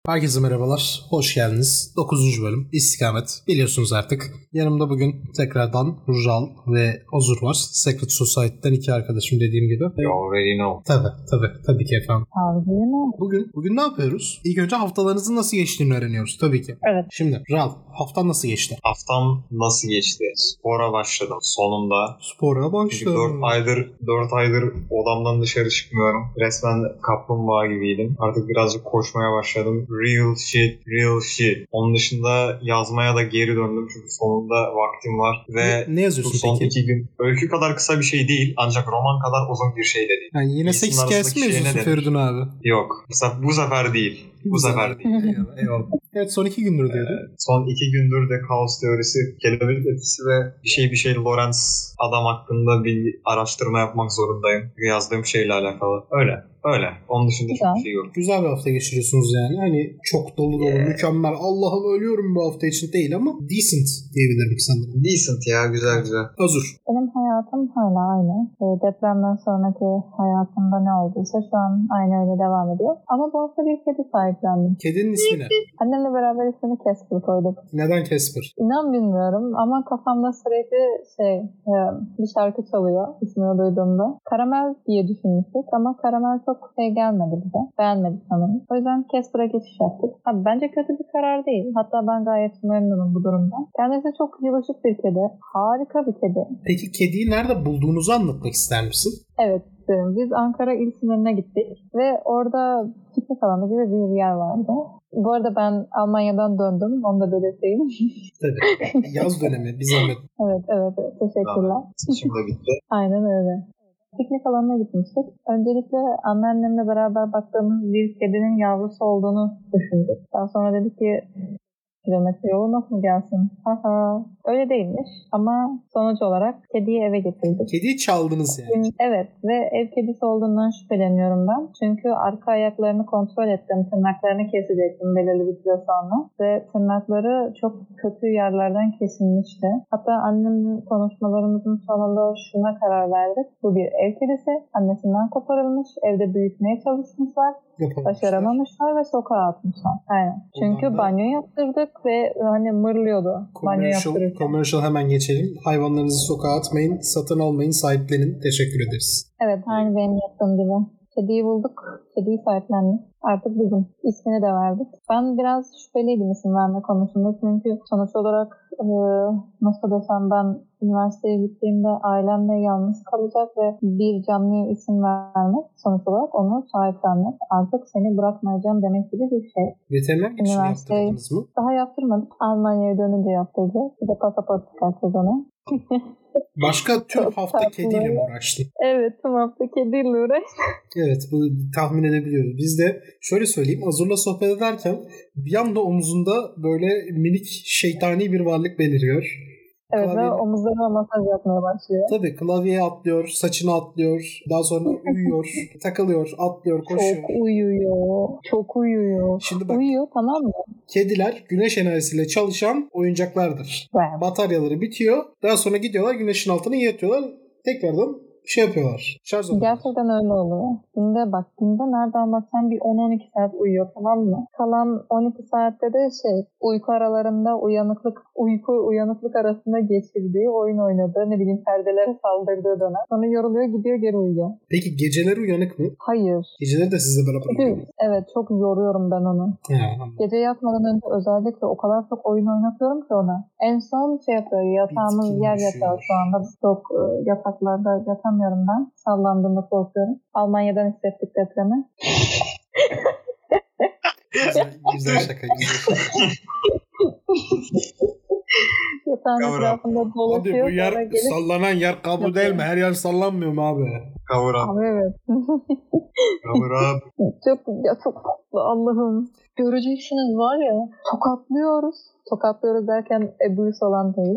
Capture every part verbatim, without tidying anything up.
Herkese merhabalar, hoş geldiniz. dokuzuncu bölüm İstikamet. Biliyorsunuz artık. Yanımda bugün tekrardan Rural ve Ozur var. Secret Society'den iki arkadaşım dediğim gibi. You already know. Tabii, tabii, tabii ki efendim. Already Bugün, bugün ne yapıyoruz? İlk önce haftalarınızın nasıl geçtiğini öğreniyoruz tabii ki. Evet. Şimdi Rural, haftan nasıl geçti? Haftam nasıl geçti? Spora başladım sonunda. Spora başladım. dört aydır dört aydır odamdan dışarı çıkmıyorum. Resmen kaplumbağa gibiydim. Artık birazcık koşmaya başladım. Real shit, real shit. Onun dışında yazmaya da geri döndüm çünkü sonunda vaktim var. Ve ne, ne yazıyorsun bu son peki? iki gün öykü kadar kısa bir şey değil ancak roman kadar uzun bir şey de değil. Yani yine seks hikayesi mi yazıyorsun Feridun abi? Yok. Bu sefer, bu sefer değil. Bu sefer değil. Eyvallah, eyvallah. Evet, son iki gündür diyordu. Ee, son iki gündür de kaos teorisi, kelebek etkisi ve bir şey bir şey Lawrence adam hakkında bir araştırma yapmak zorundayım. Yazdığım şeyle alakalı. Öyle. Öyle. Onun dışında Güzel. hiçbir şey yok. Güzel bir hafta geçiriyorsunuz yani. Hani çok dolu dolu, yeah. mükemmel. Allah'ım ölüyorum bu hafta için değil ama decent diyebilirim sanırım. Decent ya. Güzel güzel. Hazır. Benim hayatım hala aynı. E, depremden sonraki hayatımda ne olduysa şu an aynı öyle devam ediyor. Ama bu hafta bir kedi sahiplendim. Kedinin ismi ne? Annemle beraber ismini Casper koyduk. Neden Casper? İnan bilmiyorum ama kafamda sürekli şey e, bir şarkı çalıyor ismini duyduğumda. Karamel diye düşünmüştük ama karamel çok şey gelmedi bize. Beğenmedik sanırım. O yüzden Casper'a geçiş yaptık. Abi, bence kötü bir karar değil. Hatta ben gayet memnunum bu durumdan. Kendisi çok yılışık bir kedi. Harika bir kedi. Peki kediyi nerede bulduğunuzu anlatmak ister misin? Evet. Biz Ankara İl Sınırı'na gittik. Ve orada piknik alanı gibi bir yer vardı. Bu arada ben Almanya'dan döndüm. Onu da belirteyim. Tabii. Yaz dönemi. Bir zahmet. Evet, evet. evet. Teşekkürler. Şimdi bitti. Aynen öyle. Piknik alanına gitmiştik. Öncelikle anneannemle beraber baktığımız bir kedinin yavrusu olduğunu düşündük. Daha sonra dedik ki kilometre yolu nasıl gelsin? Haha. Öyle değilmiş ama sonuç olarak kediyi eve getirdik. Kediyi çaldınız yani. Evet ve ev kedisi olduğundan şüpheleniyorum ben. Çünkü arka ayaklarını kontrol ettim. Tırnaklarını kesecektim belirli bir süre sonra. Ve tırnakları çok kötü yerlerden kesilmişti. Hatta annemle konuşmalarımızın sonunda şuna karar verdik. Bu bir ev kedisi. Annesinden koparılmış. Evde büyütmeye çalışmışlar. Başaramamışlar ve sokağa atmışlar. Aynen. Çünkü da banyo yaptırdık ve hani mırlıyordu. Banyo yaptırırken. Commercial hemen geçelim. Hayvanlarınızı sokağa atmayın, satın almayın, sahiplenin. Teşekkür ederiz. Evet, aynı benim yaptığım gibi. Kediyi bulduk, kediyi sahiplendik. Artık bizim ismini de verdik. Ben biraz şüpheliydim isim verme konusunda. Çünkü sonuç olarak e, nasıl desem ben üniversiteye gittiğimde ailemle yalnız kalacak ve bir canlıya isim vermek sonuç olarak onu sahiplenmek. Artık seni bırakmayacağım demek gibi bir şey. Veteriner geçişini yaptırdınız mı? Daha yaptırmadım. Almanya'ya dönünce yaptıracağız. Bir de pasaport çıkartacağız ona. Başka tüm hafta kediyle mi uğraştın? Evet, tüm hafta kediyle uğraştım. Evet, bu tahmin edebiliyoruz. Biz de şöyle söyleyeyim, Azur'la sohbet ederken bir anda omuzunda böyle minik şeytani bir varlık beliriyor. Evet, Klavye... ve omuzlarına masaj yapmaya başlıyor. Tabii, klavyeye atlıyor, saçına atlıyor, daha sonra uyuyor, takılıyor, atlıyor, koşuyor. Çok uyuyor, çok uyuyor. Şimdi bak, uyuyor, tamam mı? Kediler güneş enerjisiyle çalışan oyuncaklardır. Evet. Bataryaları bitiyor, daha sonra gidiyorlar güneşin altına yatıyorlar, tekrardan şey yapıyorlar. Şarj oluyorlar. Gerçekten öyle oluyor. Günde bak, günde nereden baksan bir on on iki saat uyuyor, tamam mı? Kalan on iki saatte de şey, uyku aralarında uyanıklık, uyku uyanıklık arasında geçirdiği, oyun oynadığı, ne bileyim perdelere saldırdığı dönem. Sonra yoruluyor, gidiyor, geri uyuyor. Peki geceleri uyanık mı? Hayır. Geceleri de sizle beraber uyuyor. Evet, çok yoruyorum ben onu. Ya, gece yatmadan önce özellikle o kadar çok oyun oynatıyorum ki ona. En son şey yapıyor, yatağımız yer yatağı şu anda. Çok e, yataklarda yatamıyorum ben. Sallandığımda korkuyorum. Almanya'dan hissettik depremi. güzel, güzel şaka. Güzel şaka. Yatağın etrafında dolaşıyor. Abi bu yer gelip... sallanan yer kablo değil mi? Her yer sallanmıyor mu abi? Kavur abi. Abi evet. Kavur abi. Çok, ya çok Allah'ım. Göreceksiniz var ya. Tokatlıyoruz. Tokatlıyoruz derken Ebu'yu olan değil.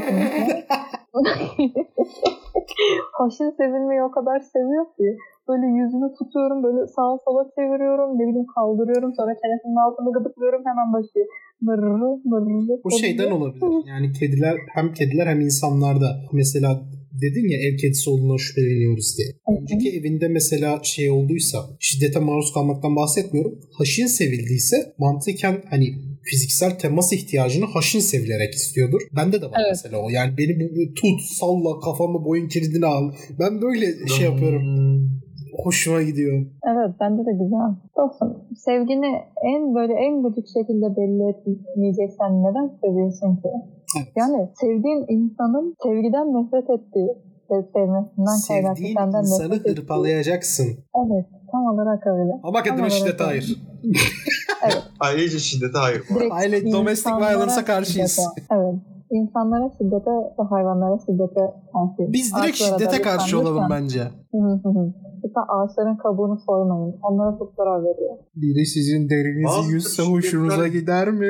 Haşin sevilmeyi o kadar seviyor ki. Böyle yüzünü tutuyorum, böyle sağa sola çeviriyorum, ne bileyim kaldırıyorum, sonra çenesinin altını gıdıklıyorum, hemen başlıyor. Mırrı mırrı. Bu şeyden olabilir. Yani kediler, hem kediler hem insanlarda mesela dedin ya ev kedisi olduğundan şüpheleniyoruz diye. Hı-hı. Önceki evinde mesela şey olduysa, şiddete maruz kalmaktan bahsetmiyorum. Haşin sevildiyse mantıken hani fiziksel temas ihtiyacını haşin sevilerek istiyordur. Bende de var evet. mesela o. Yani beni bu tut, salla, kafamı boyun kilidini al. Ben böyle şey yapıyorum. Hoşuma gidiyor. Evet, bende de güzel. Dostum, sevgini en böyle en gıcık şekilde belli etmeyeceksen neden seviyorsun ki? Evet. Yani sevdiğin insanın sevgiden nefret ettiği, sevmesinden kaynaklı sevdiğin senden nefret ettiği. Sevdiğin insanı hırpalayacaksın. Evet, tam olarak öyle. Ama kadına şiddete hayır. Evet. Ailece şiddete hayır. Aile domestic violence'a karşıyız. Şiddete. Evet. İnsanlara şiddete ve hayvanlara şiddete karşıyız. Biz direkt Ağaçlara şiddete karşı olalım bence. Hı hı hı. Mesela ağaçların kabuğunu soymayın. Onlara çok zarar veriyor. Biri sizin derinizi yüzse hoşunuza gider mi?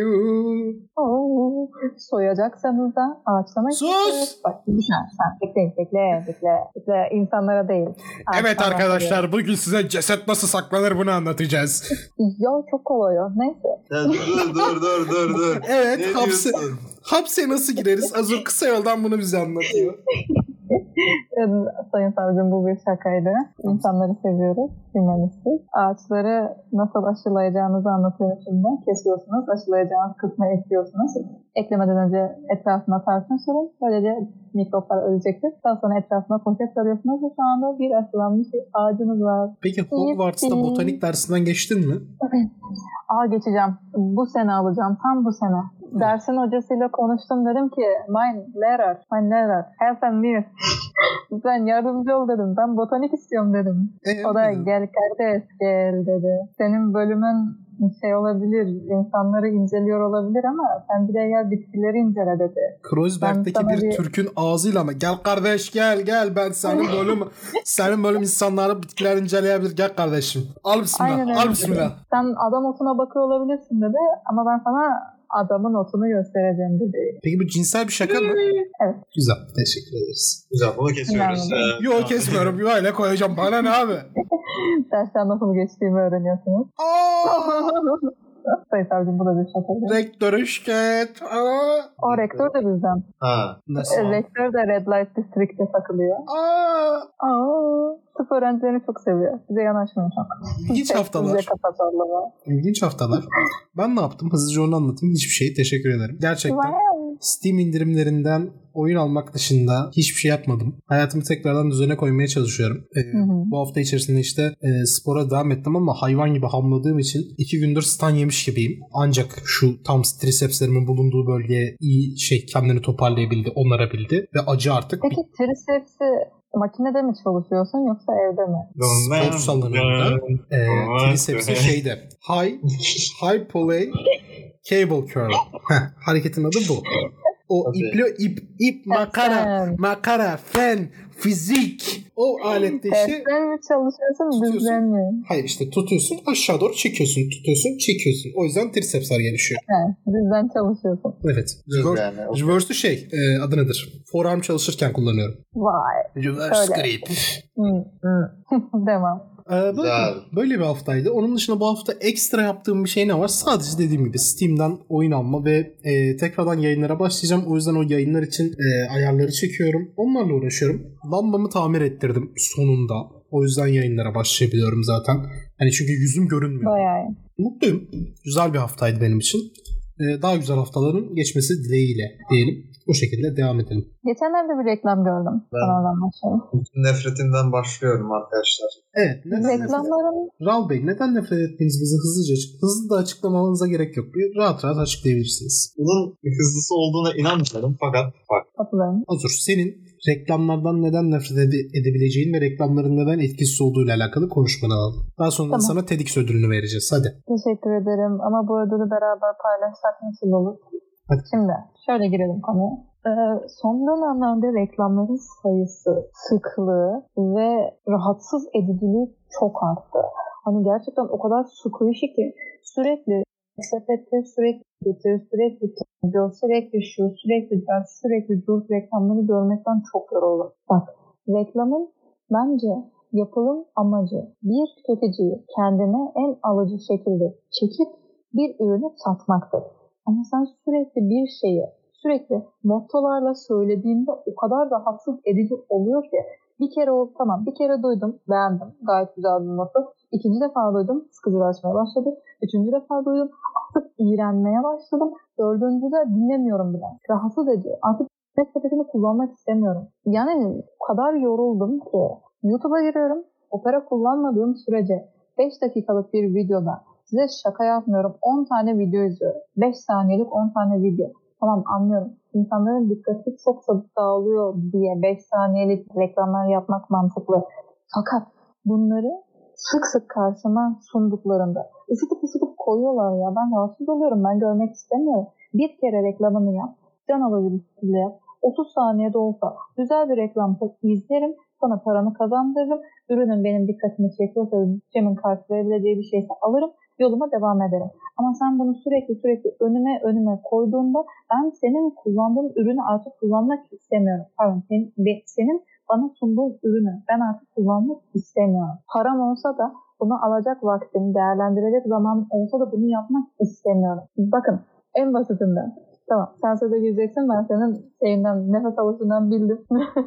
Oo, soyacaksanız da ağaçlarına sus! Bak sen, sen bekle, bekle, bekle, bekle. İnsanlara değil. Evet arkadaşlar, bugün size ceset nasıl saklanır bunu anlatacağız. Ya çok kolay o. Neyse. Ya, dur dur dur dur dur. Evet, ne hapse, hapse nasıl gireriz? Azur kısa yoldan bunu bize anlatıyor. Sayın savcım, bu bir şakaydı. İnsanları seviyoruz. Bilmemiştik. Ağaçları nasıl aşılayacağınızı anlatıyorum şimdi. Kesiyorsunuz. Aşılayacağınız kısmı ekliyorsunuz. Eklemeden önce etrafına sarsın sürün. Böylece mikroplar ölecektir. Daha sonra etrafına poşet sarıyorsunuz ve şu anda bir aşılanmış ağacınız var. Peki Hogwarts'ta botanik dersinden geçtin mi? Aa geçeceğim. Bu sene alacağım. Tam bu sene. Dersin hocasıyla konuştum, dedim ki mein Lehrer, mein Lehrer, helfen mir. Ben yardımcı ol dedim. Ben botanik istiyorum dedim. E, o da mi? Gel kardeş gel dedi. Senin bölümün şey olabilir, insanları inceliyor olabilir ama sen bir de gel bitkileri incele dedi. Kreuzberg'deki bir, bir Türk'ün ağzıyla ama gel kardeş gel gel ben senin bölüm senin bölüm insanları bitkiler inceleyebilir, gel kardeşim. Al bismillah, al bismillah. Sen adam otuna bakıyor olabilirsin dedi ama ben sana adamın notunu göstereceğim dedi. Peki bu cinsel bir şaka mı? Evet. Güzel. Teşekkür ederiz. Güzel. Bunu kesiyoruz. Ee, Yok kesmiyorum. Böyle koyacağım. Bana ne abi? Dersten nasıl geçtiğimi öğreniyorsunuz. Sayın savcım, bu da bir şaka. Rektör şikayet. O rektör de bizden. Ha. Nasıl? Rektör de Red Light District'te takılıyor. Aa. Aa. Sırf öğrencilerini çok seviyor. Bize yanaşmıyor çok. İlginç haftalar. İlginç haftalar. Ben ne yaptım? Hızlıca onu anlatayım. Hiçbir şey. Teşekkür ederim. Gerçekten. Wow. Steam indirimlerinden oyun almak dışında hiçbir şey yapmadım. Hayatımı tekrardan düzene koymaya çalışıyorum. Ee, bu hafta içerisinde işte e, spora devam ettim ama hayvan gibi hamladığım için iki gündür stun yemiş gibiyim. Ancak şu tam tricepslerimin bulunduğu bölgeye iyi şey kendini toparlayabildi, onarabildi ve acı artık. Peki tricepsi makinede mi çalışıyorsun yoksa evde mi? Spor salonunda. E, tricepsi şeyde. High, high play cable curl. Heh, hareketin adı bu. O ipli ip ip makara makara fen fizik o alette işte tersten mi çalışıyorsun düzden mi? Hayır işte tutuyorsun aşağı doğru çekiyorsun tutuyorsun çekiyorsun o yüzden tricepsler gelişiyor. He, düzden çalışıyorsun. Evet. Reverse, reverse'ü şey e, adı nedir? Forearm çalışırken kullanıyorum. Vay. Reverse grip. Devam. Ee, böyle, böyle bir haftaydı. Onun dışında bu hafta ekstra yaptığım bir şey ne var? Sadece dediğim gibi Steam'den oyun alma ve e, tekrardan yayınlara başlayacağım. O yüzden o yayınlar için e, ayarları çekiyorum. Onlarla uğraşıyorum. Lambamı tamir ettirdim sonunda. O yüzden yayınlara başlayabiliyorum zaten. Hani çünkü yüzüm görünmüyor. Bayağı. Mutluyum. Güzel bir haftaydı benim için. Ee, daha güzel haftaların geçmesi dileğiyle diyelim. O şekilde devam edelim. Geçenlerde bir reklam gördüm. Kanaldan başlayalım. Nefretinden başlıyorum arkadaşlar. Evet. Reklamların... Nefret... Ral Bey neden nefret ettiğinizi hızlıca hızlı da açıklamamanıza gerek yok. Bir rahat rahat açıklayabilirsiniz. Bunun hızlısı olduğuna inanmıyorum fakat bak. Hatırlarım. Hazır. Senin reklamlardan neden nefret ede- edebileceğin ve reklamların neden etkisiz olduğuyla alakalı konuşmanı alalım. Daha sonra tamam. Sana TEDx ödülünü vereceğiz. Hadi. Teşekkür ederim ama bu ödülü beraber paylaşsak nasıl olur? Hadi. Şimdi şöyle girelim konuya. Ee, son dönemlerde reklamların sayısı, sıklığı ve rahatsız ediciliği çok arttı. Hani gerçekten o kadar sıkıcı ki sürekli sepette sürekli getir, sürekli gör, sürekli şu, sürekli ders, sürekli dur reklamları görmekten çok yoruldum. Bak, reklamın bence yapılım amacı bir tüketiciyi kendine en alıcı şekilde çekip bir ürünü satmaktır. Ama sen sürekli bir şeyi sürekli mottolarla söylediğinde o kadar rahatsız edici oluyor ki. Bir kere oldu, tamam bir kere duydum, beğendim, gayet güzel bir motto. İkinci defa duydum, sıkıcılaşmaya başladı. Üçüncü defa duydum, artık iğrenmeye başladım. Dördüncüde dinlemiyorum bile. Rahatsız ediyor. Artık ses sepetini kullanmak istemiyorum. Yani o kadar yoruldum ki YouTube'a giriyorum. Opera kullanmadığım sürece beş dakikalık bir videoda, size şaka yapmıyorum, on tane video izliyorum. beş saniyelik on tane video. Tamam, anlıyorum. İnsanların dikkati çok çabuk dağılıyor diye beş saniyelik reklamlar yapmak mantıklı. Fakat bunları sık sık karşıma sunduklarında ısıtıp ısıtıp koyuyorlar ya. Ben rahatsız oluyorum. Ben görmek istemiyorum. Bir kere reklamını yap. Can alıcı bir şekilde yap. otuz saniyede olsa güzel bir reklam izlerim. Sana paranı kazandırırım. Ürünün benim dikkatimi çekiyorsa, bütçemin karşılayabileceği bir şeyse alırım. Yoluma devam ederim. Ama sen bunu sürekli sürekli önüme önüme koyduğunda ben senin kullandığın ürünü artık kullanmak istemiyorum. Pardon, senin, senin bana sunduğun ürünü ben artık kullanmak istemiyorum. Param olsa da bunu alacak vaktim, değerlendirecek zamanım olsa da bunu yapmak istemiyorum. Bakın en basitinden. Tamam, sen söze gireceksin, ben senin şeyinden, nefes alışından bildim.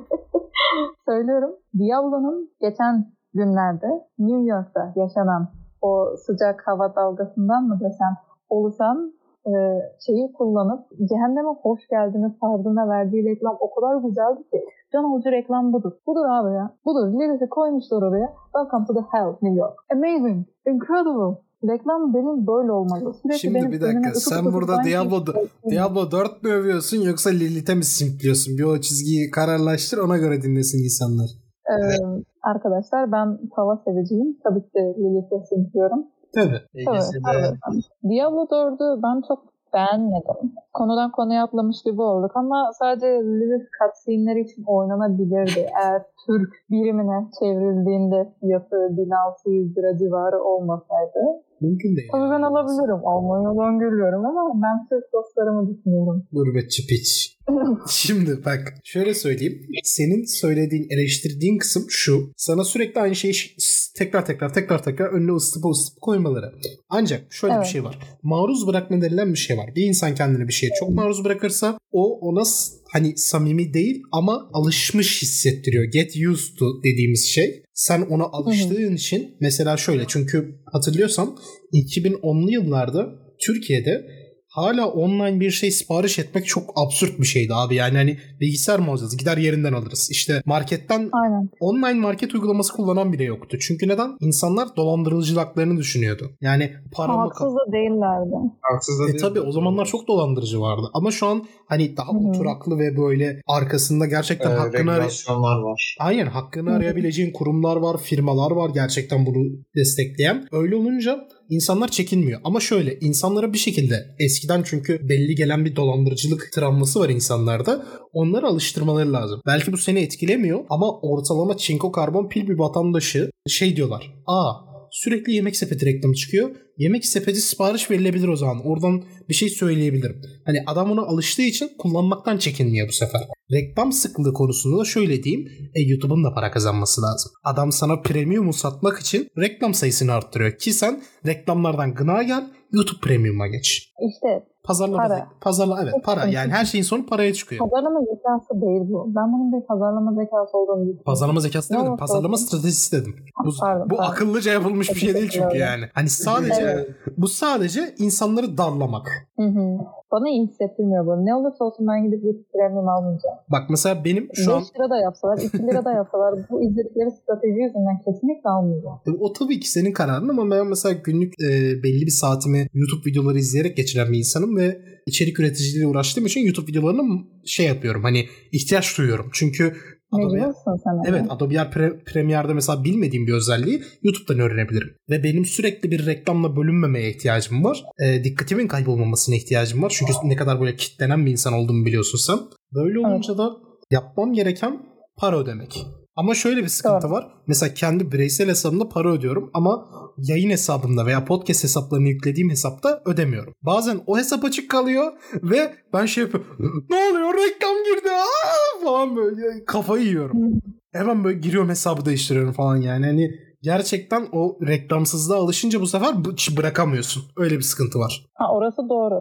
Söylüyorum. Diablo'nun geçen günlerde New York'ta yaşanan o sıcak hava dalgasından mı desem oluşan e, şeyi kullanıp cehenneme hoş geldiniz tarzına verdiği reklam o kadar güzeldi ki. Can alıcı reklam budur. Budur abi ya. Budur. Lilith'i koymuşlar oraya. Welcome to the hell New York. Amazing. Incredible. Reklam benim böyle olmalı. Sürekli Şimdi bir dakika. Sen burada Diablo, Diablo dört mü övüyorsun yoksa Lilith'e mi simpliyorsun? Bir o çizgiyi kararlaştır, ona göre dinlesin insanlar. Ee, arkadaşlar ben tava seviciyim. Tabii ki Lilith'e simpliyorum. Tabii. Tabii, tabii. Diablo dördü ben çok beğenmedim. Konudan konuya atlamış gibi olduk ama sadece Lilith cutscene'leri için oynanabilirdi. Eğer Türk birimine çevrildiğinde fiyatı bin altı yüz lira civarı olmasaydı. Mümkün değil. Tabii ben alabilirim. Almanya'dan geliyorum ama ben Türk dostlarımı düşünüyorum. Gurbetçi piç. Şimdi bak şöyle söyleyeyim. Senin söylediğin, eleştirdiğin kısım şu. Sana sürekli aynı şeyi tekrar tekrar tekrar tekrar önüne ısıtıp ısıtıp koymaları. Ancak şöyle evet. bir şey var. Maruz bırakma denilen bir şey var. Bir insan kendini bir şeye çok maruz bırakırsa o ona hani samimi değil ama alışmış hissettiriyor. Get used to dediğimiz şey. Sen ona alıştığın için mesela şöyle, çünkü hatırlıyorsan iki bin onlu yıllarda Türkiye'de hala online bir şey sipariş etmek çok absürt bir şeydi abi. Yani hani bilgisayar mı alacağız? Gider yerinden alırız. İşte marketten Aynen. online market uygulaması kullanan bile yoktu. Çünkü neden? İnsanlar dolandırıcılık haklarını düşünüyordu. Yani paramı... Haksız da değillerdi. Haksız da e, tabii o zamanlar çok dolandırıcı vardı. Ama şu an hani daha Hı-hı. oturaklı ve böyle arkasında gerçekten ee, hakkını... Regülasyonlar var. Aynen, hakkını Hı-hı. arayabileceğin kurumlar var, firmalar var gerçekten bunu destekleyen. Öyle olunca İnsanlar çekinmiyor. Ama şöyle, insanlara bir şekilde eskiden, çünkü belli gelen bir dolandırıcılık travması var insanlarda. Onları alıştırmaları lazım. Belki bu seni etkilemiyor ama ortalama çinko karbon pil bir vatandaşı şey diyorlar. Aa, sürekli yemek sepeti reklamı çıkıyor. Yemek sepeti sipariş verilebilir o zaman. Oradan bir şey söyleyebilirim. Hani adam ona alıştığı için kullanmaktan çekinmiyor bu sefer. Reklam sıklığı konusunda da şöyle diyeyim. E, YouTube'un da para kazanması lazım. Adam sana premium'u satmak için reklam sayısını arttırıyor. Ki sen reklamlardan gına gel, YouTube premium'a geç. İşte Pazarlama, para. Pazarlama, evet para. Yani her şeyin sonu paraya çıkıyor. Pazarlama zekası değil bu. Ben bunun bir pazarlama zekası olduğunu düşünüyorum. Pazarlama zekası demedim. Ne pazarlama olsun? Stratejisi dedim. Bu, pardon, bu pardon. akıllıca yapılmış bir şey değil çünkü yani. Hani sadece evet. bu sadece insanları darlamak. Hı hı. Bana iyi hissettirmiyor bu. Ne olursa olsun ben gidip YouTube premium almayacağım. Bak mesela benim şu an... beş lira da yapsalar, iki lira da yapsalar bu izledikleri strateji yüzünden kesinlikle almayacağım. O tabii ki senin kararın ama ben mesela günlük e, belli bir saatimi YouTube videoları izleyerek geçiren bir insanım ve içerik üreticiliğiyle uğraştığım için YouTube videolarını şey yapıyorum, hani ihtiyaç duyuyorum. Çünkü Adobe, evet, Adobe Pre- Premiere'de mesela bilmediğim bir özelliği YouTube'dan öğrenebilirim. Ve benim sürekli bir reklamla bölünmemeye ihtiyacım var. E, dikkatimin kaybolmamasına ihtiyacım var. Çünkü ne kadar böyle kitlenen bir insan olduğumu biliyorsun sen. Böyle olunca evet. da yapmam gereken para ödemek. Ama şöyle bir sıkıntı Doğru. var. Mesela kendi bireysel hesabımda para ödüyorum ama yayın hesabımda veya podcast hesaplarını yüklediğim hesapta ödemiyorum. Bazen o hesap açık kalıyor ve ben şey yapıyorum. Ne oluyor? Reklam girdi. Aa! falan böyle kafayı yiyorum. Hemen böyle giriyorum, hesabı değiştiriyorum falan yani. Hani gerçekten o reklamsızlığa alışınca bu sefer bırakamıyorsun. Öyle bir sıkıntı var. Ha, orası doğru.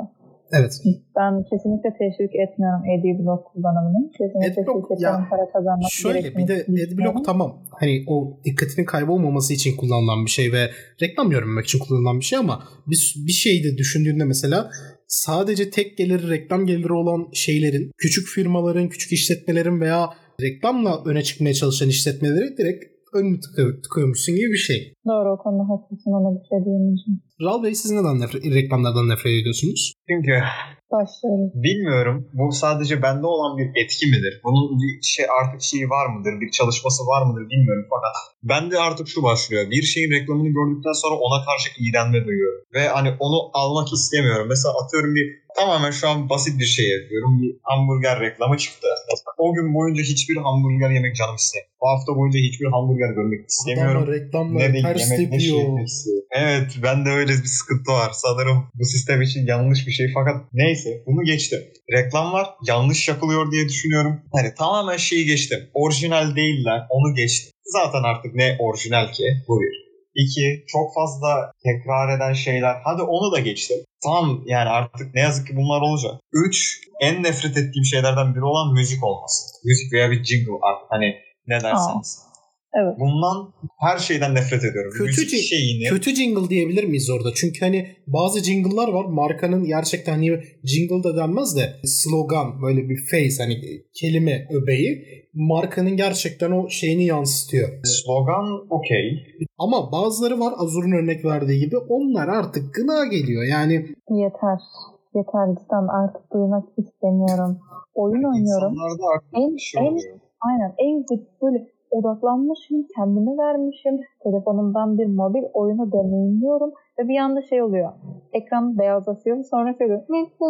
Evet. Ben kesinlikle teşvik etmiyorum Adblock kullanımını. Kesinlikle Adblock, şirketlerin ya, para kazanmak şöyle bir de Adblock tamam. Hani o dikkatinin kaybolmaması için kullanılan bir şey ve reklam görmemek için kullanılan bir şey ama bir, bir şey de düşündüğünde mesela sadece tek geliri reklam geliri olan şeylerin, küçük firmaların, küçük işletmelerin veya reklamla öne çıkmaya çalışan işletmeleri direkt önünü tıkıyor, tıkıyormuşsun gibi bir şey. Doğru, o konuda haklısın, ona bir şey diyemeyeceğim. Ral Bey, siz neden nefret, reklamlardan nefret ediyorsunuz? Çünkü Başlıyorum. Bilmiyorum. Bu sadece bende olan bir etki midir? Bunun bir şey artık şeyi var mıdır? Bir çalışması var mıdır bilmiyorum fakat bende artık şu başlıyor. Bir şeyin reklamını gördükten sonra ona karşı iğrenme duyuyorum. Ve hani onu almak istemiyorum. Mesela atıyorum bir tamamen şu an basit bir şey yapıyorum. Bir hamburger reklamı çıktı. O gün boyunca hiçbir hamburger yemek canım istemiyor. O hafta boyunca hiçbir hamburger görmek istemiyorum. Adamlar reklamları ters tepiyor. Evet, bende öyle bir sıkıntı var. Sanırım bu sistem için yanlış bir şey fakat neyse bunu geçtim. Reklam var, yanlış yapılıyor diye düşünüyorum. Hani tamamen şeyi geçtim. Orijinal değiller, onu geçtim. Zaten artık ne orijinal ki? Bu bir. İki, çok fazla tekrar eden şeyler. Hadi onu da geçtim. Tamam, yani artık ne yazık ki bunlar olacak. Üç, en nefret ettiğim şeylerden biri olan müzik olması. Müzik veya bir jingle artık. Hani ne derseniz. Aa. Evet. Bundan her şeyden nefret ediyorum. Kötü, müzik şeyini... kötü jingle diyebilir miyiz orada? Çünkü hani bazı jingle'lar var. Markanın gerçekten hani jingle da denmez de slogan, böyle bir face, hani kelime öbeği markanın gerçekten o şeyini yansıtıyor. Slogan okey. Ama bazıları var, Azur'un örnek verdiği gibi, onlar artık gına geliyor. Yani yeter. Yeter cidden, artık duymak istemiyorum. Oyun oynuyorum. İnsanlarda artık en, şey en, oluyor. aynen en böyle odaklanmışım, kendimi vermişim. Telefonumdan bir mobil oyunu deneyimliyorum ve bir anda şey oluyor. Ekran beyazlatıyor, sonra şey oluyor.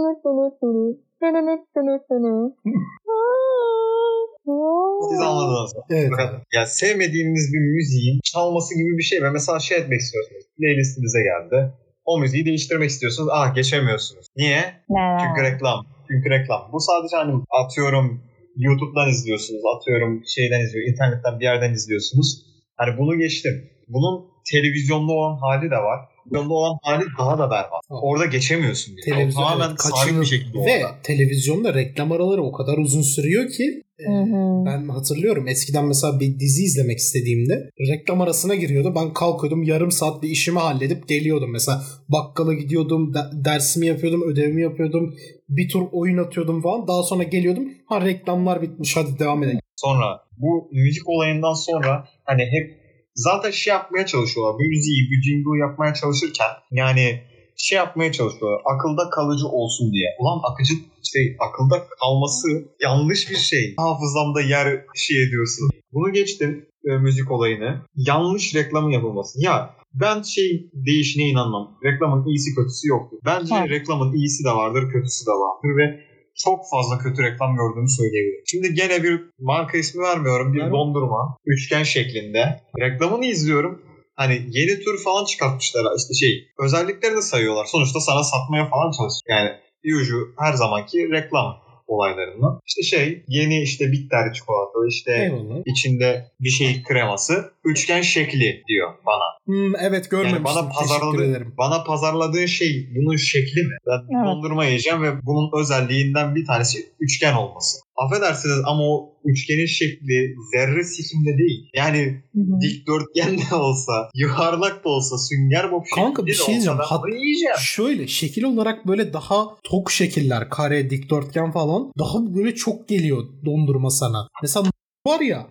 Siz anladınız. Evet. Yani sevmediğiniz bir müziğin çalması gibi bir şey ve mesela şey etmek istiyorsunuz. Playlistinize geldi. O müziği değiştirmek istiyorsunuz. Ah, geçemiyorsunuz. Niye? Ne? Çünkü reklam. Çünkü reklam. Bu sadece hani atıyorum YouTube'dan izliyorsunuz, atıyorum şeyden izliyor, internetten bir yerden izliyorsunuz. Hani bunu geçtim. Bunun televizyonda olan hali de var. Televizyonda olan hali daha da berbat. Orada geçemiyorsun. Televizyon, o tamamen evet, sabit bir şekilde ve orada. televizyonda reklam araları o kadar uzun sürüyor ki e, ben hatırlıyorum eskiden mesela bir dizi izlemek istediğimde reklam arasına giriyordu. Ben kalkıyordum, yarım saat bir işimi halledip geliyordum. Mesela bakkala gidiyordum, de- dersimi yapıyordum, ödevimi yapıyordum, bir tur oyun atıyordum falan. Daha sonra geliyordum. Ha, reklamlar bitmiş, hadi devam edelim. Sonra bu müzik olayından sonra hani hep zaten şey yapmaya çalışıyorlar. Bu müziği, bu jingle'ı yapmaya çalışırken yani şey yapmaya çalışıyorlar. Akılda kalıcı olsun diye. Ulan akıcı şey, akılda kalması yanlış bir şey. Hafızamda yer şey ediyorsun. Bunu geçtim e, müzik olayını. Yanlış reklamın yapılması. Ya ben şey değişine inanmam. Reklamın iyisi kötüsü yoktur. Bence ha. reklamın iyisi de vardır, kötüsü de vardır ve çok fazla kötü reklam gördüğümü söyleyebilirim. Şimdi gene bir marka ismi vermiyorum. Bir evet. dondurma. Üçgen şeklinde. Reklamını izliyorum. Hani yeni tür falan çıkartmışlar. İşte şey, özelliklerini sayıyorlar. Sonuçta sana satmaya falan çalışıyor. Yani bir ucu her zamanki reklam olaylarından. İşte şey, yeni işte bitter çikolata, işte Eyvallah. içinde bir şey kreması, üçgen şekli diyor bana. Hmm, evet, görmemiştim. Yani bana pazarladığı, bana pazarladığı şey bunun şekli mi? Ben evet. dondurma yiyeceğim ve bunun özelliğinden bir tanesi üçgen olması. Affedersiniz ama o üçgenin şekli zerre sikimde değil. Yani Hı-hı. dikdörtgen de olsa, yuvarlak da olsa, sünger bob şekli Kanka bir şey diyeceğim. Hat- yiyeceğim. Şöyle şekil olarak böyle daha tok şekiller, kare, dikdörtgen falan daha böyle çok geliyor dondurma sana. Mesela var ya,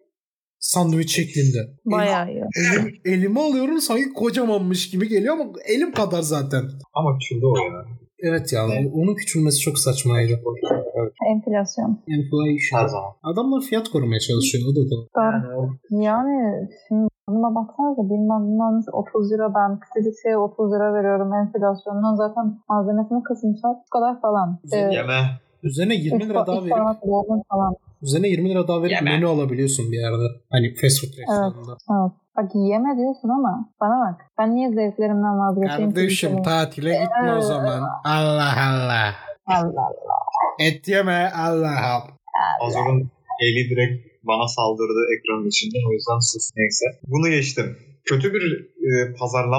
sandviç şeklinde. Bayağı iyi. Elim, elime alıyorum sanki kocamanmış gibi geliyor ama elim kadar zaten. Ama küçüldü o ya. Evet ya, evet. Onun küçülmesi çok saçmaydı. Evet. Enflasyon. Enflasyon. Her zaman. Adamlar fiyat korumaya çalışıyor. O da da. Yani, yani şimdi buna baksanıza, bilmem bilmem otuz lira, ben küçücük şeye otuz lira veriyorum, enflasyondan zaten malzemesini kısmışlar. Bu kadar falan. Ee, Yeme. Üzerine yirmi lira daha verip falan. Üzerine yirmi lira daha verip Yeme. menü alabiliyorsun bir yerde. Hani fast food restoranında. Evet, evet. Bak yeme diyorsun ama bana bak. Ben niye zevklerimden vazgeçeyim? Kardeşim tatile gitme o zaman. Allah Allah. Allah Allah. Et yeme Allah Allah. Azur'un eli direkt bana saldırdı ekranın içinde. O yüzden sus, neyse. Bunu geçtim. Kötü bir e, pazarlama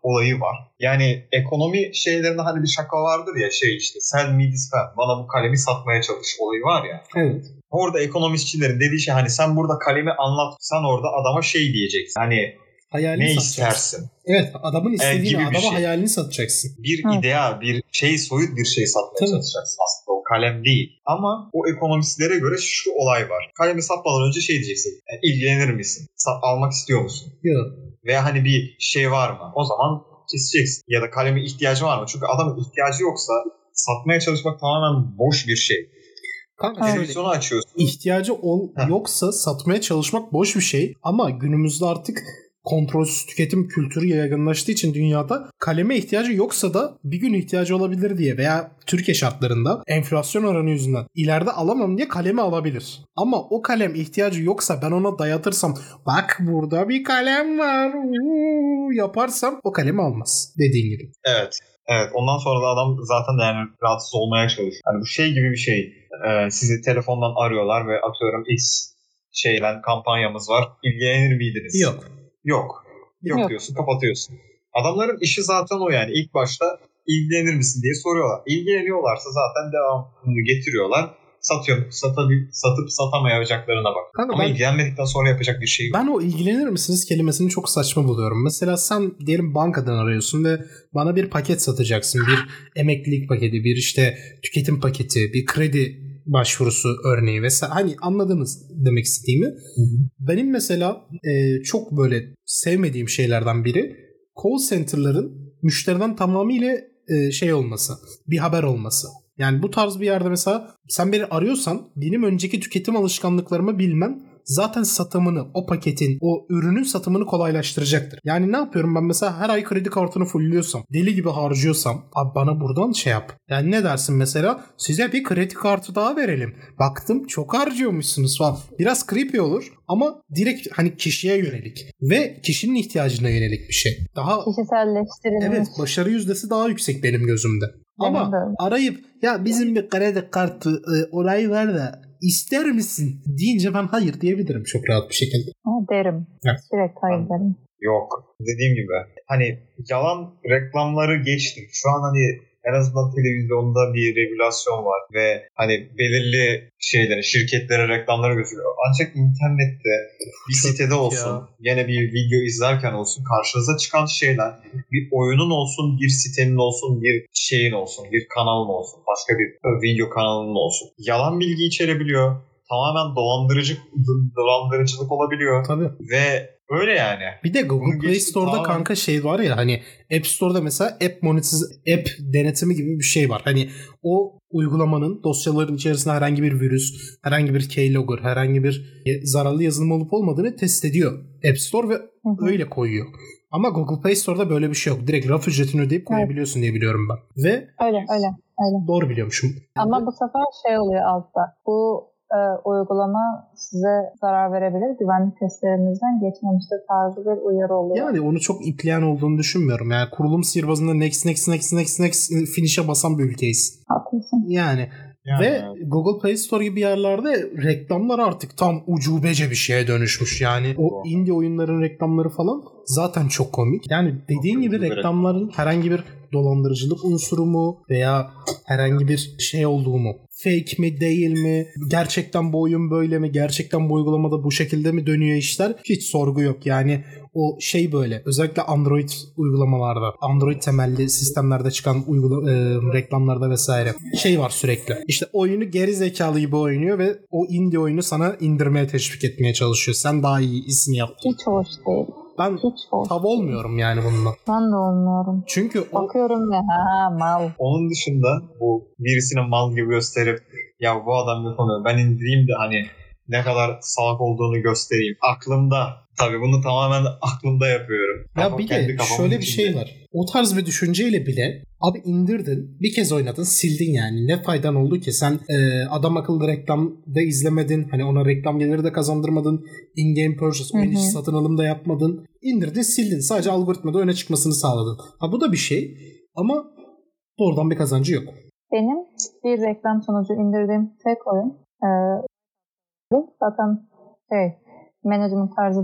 olayı var. Yani ekonomi şeylerinde hani bir şaka vardır ya şey işte sell me this pen, bana bu kalemi satmaya çalış olayı var ya. Evet. Orada ekonomistçilerin dediği şey hani sen burada kalemi anlat, sen orada adama şey diyeceksin. Hani hayalini ne satacaksın. istersin? Evet, adamın istediğini, adama şey. hayalini satacaksın. Bir evet. ideal, bir şey, soyut bir şey satmaya Tabii. çalışacaksın. Aslında o kalem değil. Ama o ekonomistlere göre şu olay var. Kalemi satmadan önce şey diyeceksin. Yani ilgilenir misin? Sat, almak istiyor musun? Yok. Veya hani bir şey var mı? O zaman keseceksin. Ya da kaleme ihtiyacı var mı? Çünkü adamın ihtiyacı yoksa satmaya çalışmak tamamen boş bir şey. Kanka televizyonu açıyorsun. İhtiyacı ol, yoksa satmaya çalışmak boş bir şey. Ama günümüzde artık kontrolsüz tüketim kültürü yaygınlaştığı için dünyada kaleme ihtiyacı yoksa da bir gün ihtiyacı olabilir diye veya Türkiye şartlarında enflasyon oranı yüzünden ileride alamam diye kalemi alabilir. Ama o kalem ihtiyacı yoksa ben ona dayatırsam bak burada bir kalem var uuu, yaparsam o kalemi almaz dediğin gibi. Evet. Evet. Ondan sonra da adam zaten yani rahatsız olmaya çalışıyor. Hani bu şey gibi bir şey. Ee, sizi telefondan arıyorlar ve atıyorum X şeyle kampanyamız var. İlgilenir miydiniz? Yok. Yok. Yok, Yok diyorsun, kapatıyorsun. Adamların işi zaten o yani. İlk başta ilgilenir misin diye soruyorlar. İlgileniyorlarsa zaten devamını getiriyorlar. Satıyor, satabil, satıp satamayacaklarına bak. Kanka Ama ben, ilgilenmedikten sonra yapacak bir şey yok. Ben o ilgilenir misiniz kelimesini çok saçma buluyorum. Mesela sen diyelim bankadan arıyorsun ve bana bir paket satacaksın. Bir emeklilik paketi, bir işte tüketim paketi, bir kredi başvurusu örneği vesaire. Hani anladınız demek istediğimi. Hı hı. Benim mesela e, çok böyle sevmediğim şeylerden biri call center'ların müşteriden tamamıyla e, şey olması, bir haber olması. Yani bu tarz bir yerde mesela sen beni arıyorsan benim önceki tüketim alışkanlıklarımı bilmem zaten satımını, o paketin, o ürünün satımını kolaylaştıracaktır. Yani ne yapıyorum ben mesela her ay kredi kartını fullliyorsam, deli gibi harcıyorsam abi bana buradan şey yap. Yani ne dersin mesela? Size bir kredi kartı daha verelim. Baktım çok harcıyormuşsunuz falan. Biraz creepy olur ama direkt hani kişiye yönelik ve kişinin ihtiyacına yönelik bir şey. Daha kişiselleştirilmiş. Evet, başarı yüzdesi daha yüksek benim gözümde. Benim ama de. Arayıp ya bizim bir kredi kartı e, olayı var da İster misin deyince ben hayır diyebilirim çok rahat bir şekilde. Ha, derim. Evet. Sürekli hayır derim. Yok. Dediğim gibi hani yalan reklamları geçtim. Şu an hani en azından televizyonda bir regülasyon var ve hani belirli şeylerin, şirketlere reklamları gözüküyor. Ancak internette bir çok sitede olsun, ya. Yine bir video izlerken olsun karşınıza çıkan şeyler bir oyunun olsun, bir sitenin olsun, bir şeyin olsun, bir kanalın olsun, başka bir video kanalının olsun. Yalan bilgi içerebiliyor. Tamamen dolandırıcı dolandırıcılık olabiliyor. Tabii. Ve öyle yani. Bir de Google Play Store'da tamamen... kanka şey var ya hani App Store'da mesela app monetiz app denetimi gibi bir şey var. Hani o uygulamanın dosyaların içerisinde herhangi bir virüs, herhangi bir keylogger, herhangi bir zararlı yazılım olup olmadığını test ediyor App Store ve Hı-hı. öyle koyuyor. Ama Google Play Store'da böyle bir şey yok. Direkt raf ücretini ödeyip koyabiliyorsun evet. diye biliyorum ben. Ve öyle öyle öyle. Doğru biliyormuşum. Ama yani... bu sefer şey oluyor altta. Bu E, uygulama size zarar verebilir. Güvenlik testlerinizden geçmemiştir tarzı bir uyarı oluyor. Yani onu çok ipleyen olduğunu düşünmüyorum. Yani kurulum sihirbazında next next next next next finish'e basan bir ülkeyiz. Haklısın. Yani, yani ve evet. Google Play Store gibi yerlerde reklamlar artık tam ucubece bir şeye dönüşmüş. Yani o indie oyunların reklamları falan zaten çok komik. Yani dediğin çok gibi reklamların herhangi bir dolandırıcılık unsuru mu veya herhangi bir şey olduğu mu? Fake mi değil mi? Gerçekten bu oyun böyle mi? Gerçekten bu uygulamada bu şekilde mi dönüyor işler? Hiç sorgu yok. Yani o şey böyle özellikle Android uygulamalarda, Android temelli sistemlerde çıkan uygula, e, reklamlarda vesaire şey var sürekli. İşte oyunu geri zekalı gibi oynuyor ve o indie oyunu sana indirmeye teşvik etmeye çalışıyor. Sen daha iyi ismi yaptın. Hiç hoş değil. Ben tav olmuyorum yani bununla. Ben de olmuyorum. Çünkü o... Bakıyorum ve ha mal. Onun dışında bu birisini mal gibi gösterip ya bu adam yapamıyor ben indireyim de hani ne kadar salak olduğunu göstereyim. Aklımda. Tabii bunu tamamen aklımda yapıyorum. Ya Kafa, bir de şöyle bir şey var. O tarz bir düşünceyle bile abi indirdin, bir kez oynadın, sildin yani. Ne faydan oldu ki? Sen e, adam akıllı reklamda izlemedin. Hani ona reklam geliri de kazandırmadın. In-game purchase, oyun içi satın alım da yapmadın. İndirdin, sildin. Sadece algoritmada öne çıkmasını sağladın. Ha bu da bir şey ama doğrudan bir kazancı yok. Benim bir reklam sonucu indirdiğim tek oyun e, zaten şey management tarzı bir oyun.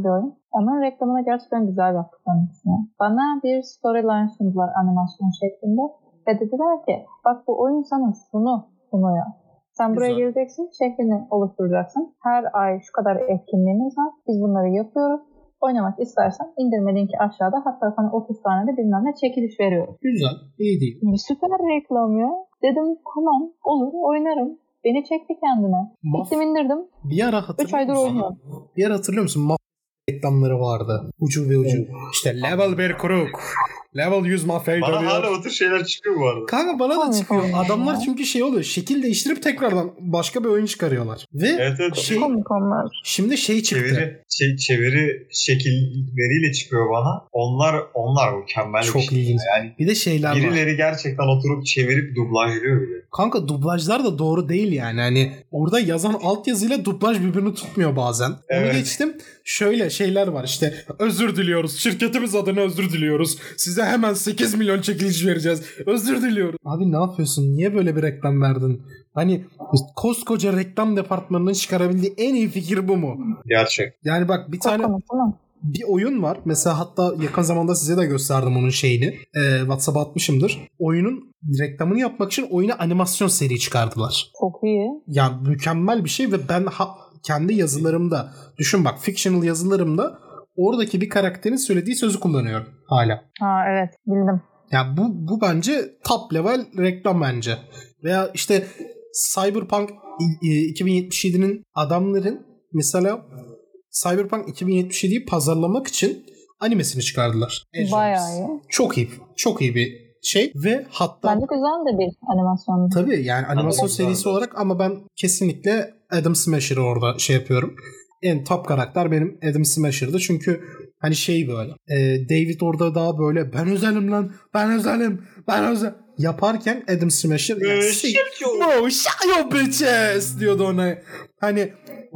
Ama reklamına gerçekten güzel yaptık kendisine. Bana bir storyline sundular animasyon şeklinde. Ve dediler ki bak bu oyun sana şunu sunuyor. Sen buraya Güzel. geleceksin, şeklini oluşturacaksın. Her ay şu kadar etkinliğimiz var. Biz bunları yapıyoruz. Oynamak istersen indirme linki aşağıda. Hatta sana otuz tane de bilmem ne çekiliş veriyoruz. Güzel. İyi değil. Süper reklam ya. Dedim tamam olur oynarım. Beni çekti kendine. Maf- Gittim indirdim. Bir ara üç aydır hatırlıyor musun? oynuyorum. Bir ara hatırlıyor musun? Maf reklamları vardı. Ucu ve ucu. İşte level bir kuruk. Level yüz mafya Bana dövüyor. hala o tür şeyler çıkıyor bu arada. Kanka bana da Komik çıkıyor. olmuş Adamlar ya. çünkü şey oluyor. Şekil değiştirip tekrardan başka bir oyun çıkarıyorlar. Ve Evet, evet. şey, Komik onlar. şimdi şey çıktı. Çeviri, şey, çeviri şekilleriyle çıkıyor bana. Onlar onlar mükemmel bir Çok şey. ilginç. Yani Bir de şeyler var. birileri gerçekten oturup çevirip dublajlıyor bile. Kanka dublajlar da doğru değil yani. Hani orada yazan altyazıyla dublaj birbirini tutmuyor bazen. Evet. Onu geçtim. Şöyle şeyler var işte. Özür diliyoruz. Şirketimiz adına özür diliyoruz. Size hemen sekiz milyon çekiliş vereceğiz. Özür diliyoruz. Abi ne yapıyorsun? Niye böyle bir reklam verdin? Hani koskoca reklam departmanının çıkarabildiği en iyi fikir bu mu? Gerçek. Yani bak bir tane Komik değil mi? bir oyun var. Mesela hatta yakın zamanda size de gösterdim onun şeyini. Ee, WhatsApp'a atmışımdır. Oyunun reklamını yapmak için oyuna animasyon seri çıkardılar. Çok iyi. Ya mükemmel bir şey ve ben ha- kendi yazılarımda düşün bak fictional yazılarımda oradaki bir karakterin söylediği sözü kullanıyorum hala. Ha evet bildim. Ya bu bu bence top level reklam bence. Veya işte Cyberpunk iki bin yetmiş yedi'nin adamların mesela Cyberpunk iki bin yetmiş yedi'yi pazarlamak için animesini çıkardılar. Bayağı iyi. Çok iyi. Çok iyi bir şey ve hatta Bence güzel de bir animasyon. tabii yani animasyon Ama serisi güzel. olarak ama ben kesinlikle Adam Smasher'ı orada şey yapıyorum. En top karakter benim Adam Smasher'dı çünkü hani şey böyle e, David orada daha böyle ben özelim lan ben özelim ben özel yaparken Adam Smasher yani, shut your- no shut your bitches diyordu ona hani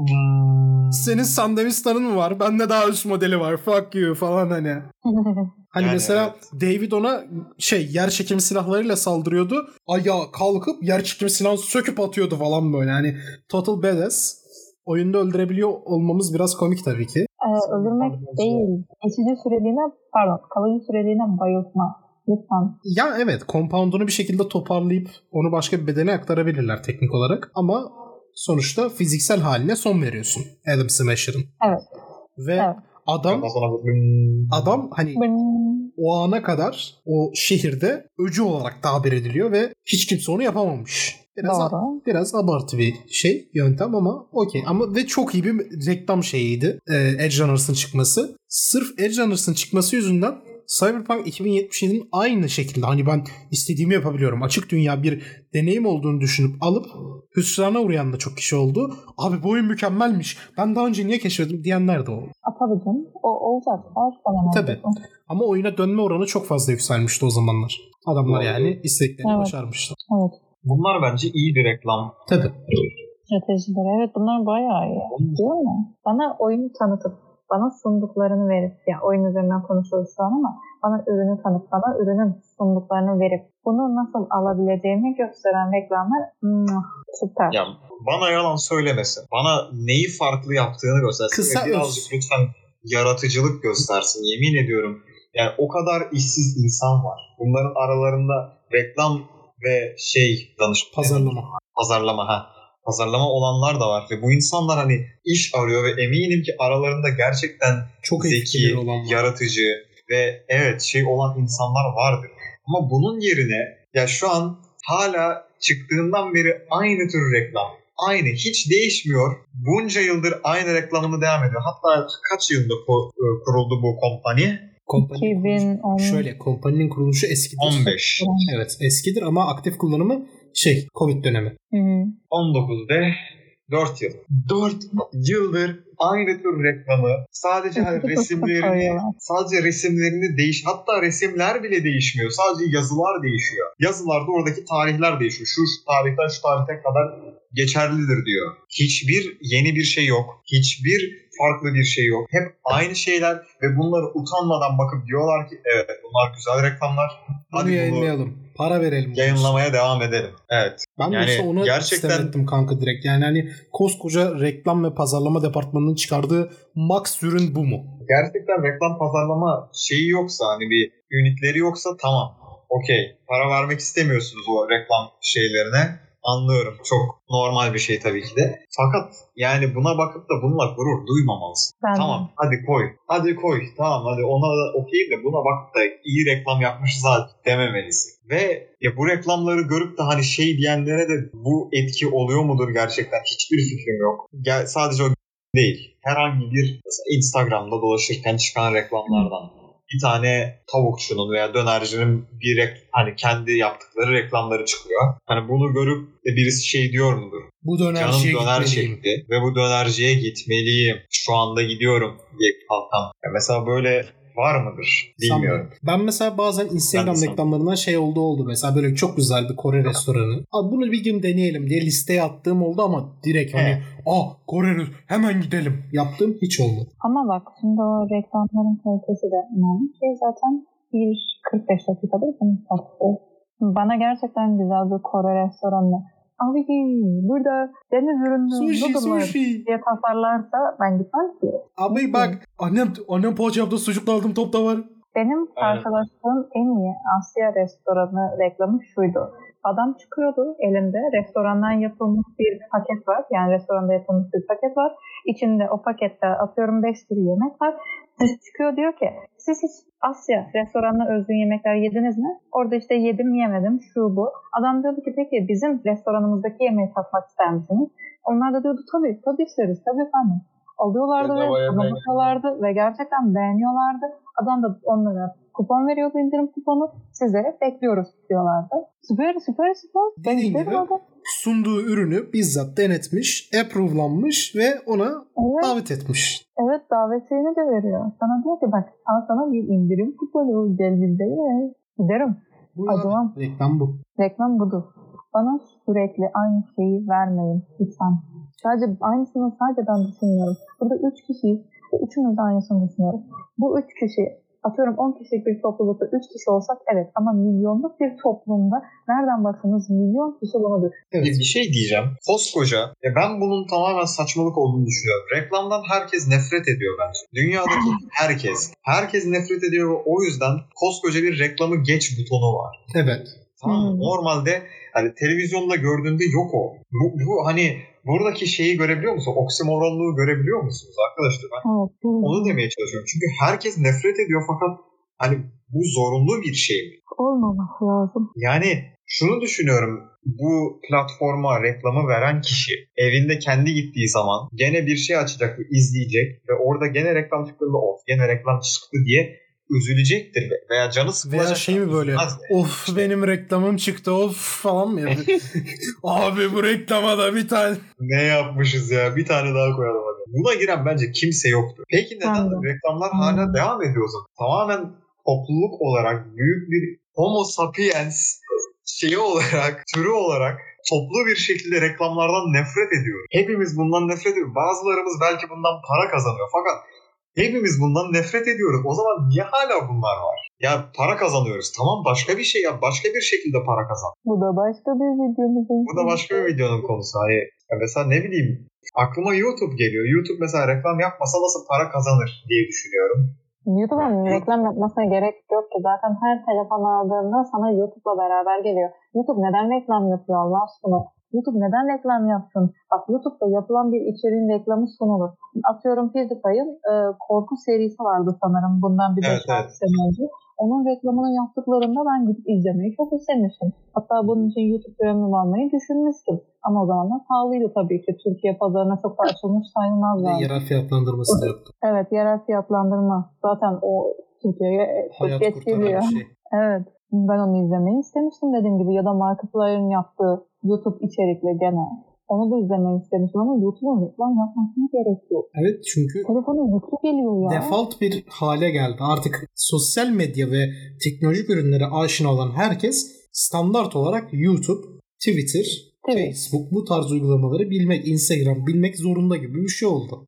senin Sandevistan'ın mı var bende daha üst modeli var fuck you falan hani. Hani Yani mesela evet. David ona şey yer çekimi silahlarıyla saldırıyordu. Ayağa kalkıp yer çekimi silahını söküp atıyordu falan böyle. Yani total badass. Oyunda öldürebiliyor olmamız biraz komik tabii ki. Ee, öldürmek değil. Geçici süreliğine pardon kalıcı süreliğine bayıltma. Lütfen. Ya evet compound'unu bir şekilde toparlayıp onu başka bir bedene aktarabilirler teknik olarak. Ama sonuçta fiziksel haline son veriyorsun Adam Smasher'ın. Evet. Ve Evet. adam Kafasına bakın. adam hani Ben... o ana kadar o şehirde öcü olarak tabir ediliyor ve hiç kimse onu yapamamış. Biraz, Doğru. biraz abartı bir şey yöntem ama okey. Ama ve çok iyi bir reklam şeyiydi. Ee, Edge Runners'ın çıkması. Sırf Edge Runners'ın çıkması yüzünden Cyberpunk iki bin yetmiş yedi'nin aynı şekilde hani ben istediğimi yapabiliyorum. Açık dünya bir deneyim olduğunu düşünüp alıp hüsrana uğrayan da çok kişi oldu. Abi bu oyun mükemmelmiş. Ben daha önce niye keşfettim diyenler de oldu. A, tabii canım. O olacak. Her zaman olacak. Tabii. Ama oyuna dönme oranı çok fazla yükselmişti o zamanlar. Adamlar Doğru. yani istediklerini Evet. başarmışlar. Evet. Bunlar bence iyi bir reklam. Tabii. Stratejiler. Evet bunlar bayağı iyi. Değil mi? Bana oyunu tanıtıp bana sunduklarını verip ya oyun üzerinden konuşuyoruz şu an ama bana ürünü tanıp bana ürünün sunduklarını verip bunu nasıl alabileceğimi gösteren reklamlar mwah, süper. Ya bana yalan söylemesin. Bana neyi farklı yaptığını göstersin. Kısa Ve birazcık öz. lütfen yaratıcılık göstersin. Yemin ediyorum. Yani o kadar işsiz insan var. Bunların aralarında reklam ve şey danışma. Pazarlama. Pazarlama ha. Pazarlama olanlar da var ve bu insanlar hani iş arıyor ve eminim ki aralarında gerçekten Çok iyi zeki, fikirleri olan var. yaratıcı ve evet şey olan insanlar vardır. Ama bunun yerine ya şu an hala çıktığından beri aynı tür reklam. Aynı. Hiç değişmiyor. Bunca yıldır aynı reklamını devam ediyor. Hatta kaç yılında kuruldu bu kompanya? Kompaninin iki bin on kuruluşu, şöyle kompaninin kuruluşu eskidir. on beş. Evet eskidir ama aktif kullanımı şey Covid dönemi. Hı hı. on dokuz ve dört yıl. dört yıldır aynı tür reklamı sadece hani resimlerini sadece resimlerini değiş hatta resimler bile değişmiyor. Sadece yazılar değişiyor. Yazılarda oradaki tarihler değişiyor. Şu, şu tarihten şu tarihe kadar geçerlidir diyor. Hiçbir yeni bir şey yok. Hiçbir farklı bir şey yok. Hep aynı şeyler ve bunları utanmadan bakıp diyorlar ki evet bunlar güzel reklamlar. Hadi bunu yayınlayalım. Para verelim. Yayınlamaya devam edelim. Evet. Ben yani mesela onu gerçekten istemettim kanka direkt. Yani hani koskoca reklam ve pazarlama departmanının çıkardığı max ürün bu mu? Gerçekten reklam pazarlama şeyi yoksa hani bir ünitleri yoksa tamam. Okey. Para vermek istemiyorsunuz o reklam şeylerine. Anlıyorum. Çok normal bir şey tabii ki de. Fakat yani buna bakıp da bununla gurur duymamalısın. Ben tamam de. hadi koy. Hadi koy. Tamam hadi ona da okeyim de buna bakıp da iyi reklam yapmışız artık dememelisin. Ve ya bu reklamları görüp de hani şey diyenlere de bu etki oluyor mudur gerçekten? Hiçbir fikrim yok. Gel, sadece o değil. Herhangi bir Instagram'da dolaşırken çıkan reklamlardan. Hmm. Bir tane tavukçunun veya dönercinin bir rek- hani kendi yaptıkları reklamları çıkıyor. Hani bunu görüp de birisi şey diyor mudur? Bu dönerciye Canım döner gitmeliyim. çekti ve bu dönerciye gitmeliyim. Şu anda gidiyorum diye kalkan. Ya mesela böyle var mıdır? Bilmiyorum. Sanmıyorum. Ben mesela bazen Instagram reklamlarından şey oldu oldu. Mesela böyle çok güzel bir Kore restoranı. Abi bunu bir gün deneyelim diye listeye attığım oldu ama direkt hani aa Kore hemen gidelim yaptığım hiç olmadı. Ama bak şimdi o reklamların kalitesi de önemli. Şey zaten bir kırk beş dakikada bunu sattı. Bana gerçekten güzel bir Kore restoranı. Abi burada deniz ürünü noodle'lar diye tasarlarsa ben gitmem ki. Abi bak annem annem poğaça yaptı sucuklu aldım top da var. Benim karşılaştığım en iyi Asya restoranı reklamı şuydu. Adam çıkıyordu elinde restorandan yapılmış bir paket var. Yani restoranda yapılmış bir paket var. İçinde o pakette atıyorum beş türlü yemek var. Çıkıyor diyor ki siz hiç Asya restoranına özgün yemekler yediniz mi? Orada işte yedim yemedim şu bu. Adam diyordu ki peki bizim restoranımızdaki yemeği tatmak ister misiniz? Onlar da diyordu tabii tabii isteriz tabii efendim. Alıyorlardı ve alıyorlardı ve gerçekten beğeniyorlardı. Adam da onlara kupon veriyordu, indirim kuponu. Size bekliyoruz diyorlardı. Süper süper süper. Dediğin gibi sunduğu ürünü bizzat denetmiş, approve'lanmış ve ona evet. davet etmiş. Evet, davetiyeni de veriyor. Sana diyor ki bak al sana bir indirim kuponu gel bizde ye. Giderim. Bu Acımam. Reklam bu. Reklam budur. Bana sürekli aynı şeyi vermeyin lütfen. Sadece aynısını sadece ben düşünmüyorum. Burada üç kişiyiz. Üçümüz de aynısını düşünüyoruz. Bu üç kişi atıyorum on kişilik bir toplulukta üç kişi olsak evet ama milyonluk bir toplumda nereden baksanız milyon kişi bunadır. Evet. Bir şey diyeceğim. Koskoca e ben bunun tamamen saçmalık olduğunu düşünüyorum. Reklamdan herkes nefret ediyor bence. Dünyadaki herkes. Herkes nefret ediyor ve o yüzden koskoca bir reklamı geç butonu var. Evet. Tamam hmm. Normalde hani televizyonda gördüğünde yok o. Bu, bu hani buradaki şeyi görebiliyor musun? Oksimoronluğu görebiliyor musunuz arkadaşlar? Ben evet, onu demeye çalışıyorum. Çünkü herkes nefret ediyor fakat hani bu zorunlu bir şey mi? Olmaması lazım. Yani şunu düşünüyorum. Bu platforma reklamı veren kişi evinde kendi gittiği zaman gene bir şey açacak ve izleyecek ve orada gene reklam çıktığında of gene reklam çıktı diye üzülecektir veya canı sıkılacak. Veya şey mi böyle of işte. Benim reklamım çıktı of falan mı yapıyor? Abi bu reklama da bir tane. Ne yapmışız ya bir tane daha koyalım hadi. Buna giren bence kimse yoktu. Peki neden Anladım. reklamlar hala hmm. devam ediyor o zaman? Tamamen topluluk olarak büyük bir homo sapiens şeyi olarak, türü olarak toplu bir şekilde reklamlardan nefret ediyoruz. Hepimiz bundan nefret ediyoruz. Bazılarımız belki bundan para kazanıyor fakat hepimiz bundan nefret ediyoruz. O zaman niye hala bunlar var? Ya para kazanıyoruz. Tamam başka bir şey yap. Başka bir şekilde para kazan. Bu da başka bir videomuzun Bu da başka bir videonun konusu. Hani mesela ne bileyim aklıma YouTube geliyor. YouTube mesela reklam yapmasa nasıl para kazanır diye düşünüyorum. YouTube'un reklam yapmasına gerek yok ki. Zaten her telefon aldığında sana YouTube'la beraber geliyor. YouTube neden reklam yapıyor Allah aşkına? YouTube neden reklam yapsın? Bak YouTube'da yapılan bir içeriğin reklamı sunulur. Atıyorum PewDiePie'ın e, korku serisi vardı sanırım bundan bir beş altı evet, sene önce. Onun reklamını yaptıklarında ben gidip izlemeyi çok istemiştim. Hatta bunun için YouTube premium almayı düşünmüştüm. Ama o zamanlar pahalıydı tabii ki. Türkiye pazarına çok da açılmış sayılmaz. Yerel fiyatlandırması da yoktu. Evet, yerel fiyatlandırma. Zaten o Türkiye'ye çok geç geliyor. Şey. Evet. Ben onu izlemeyi istemiştim dediğim gibi. Ya da Markiplier'in yaptığı YouTube içerikle gene. Onu da izlemeyi istemiştim ama YouTube'un reklam yapmasına gerek yok. Evet çünkü telefona yüklü geliyor ya. Default bir hale geldi. Artık sosyal medya ve teknolojik ürünlere aşina olan herkes standart olarak YouTube, Twitter, evet. Facebook bu tarz uygulamaları bilmek, Instagram bilmek zorunda gibi bir şey oldu. Aynen.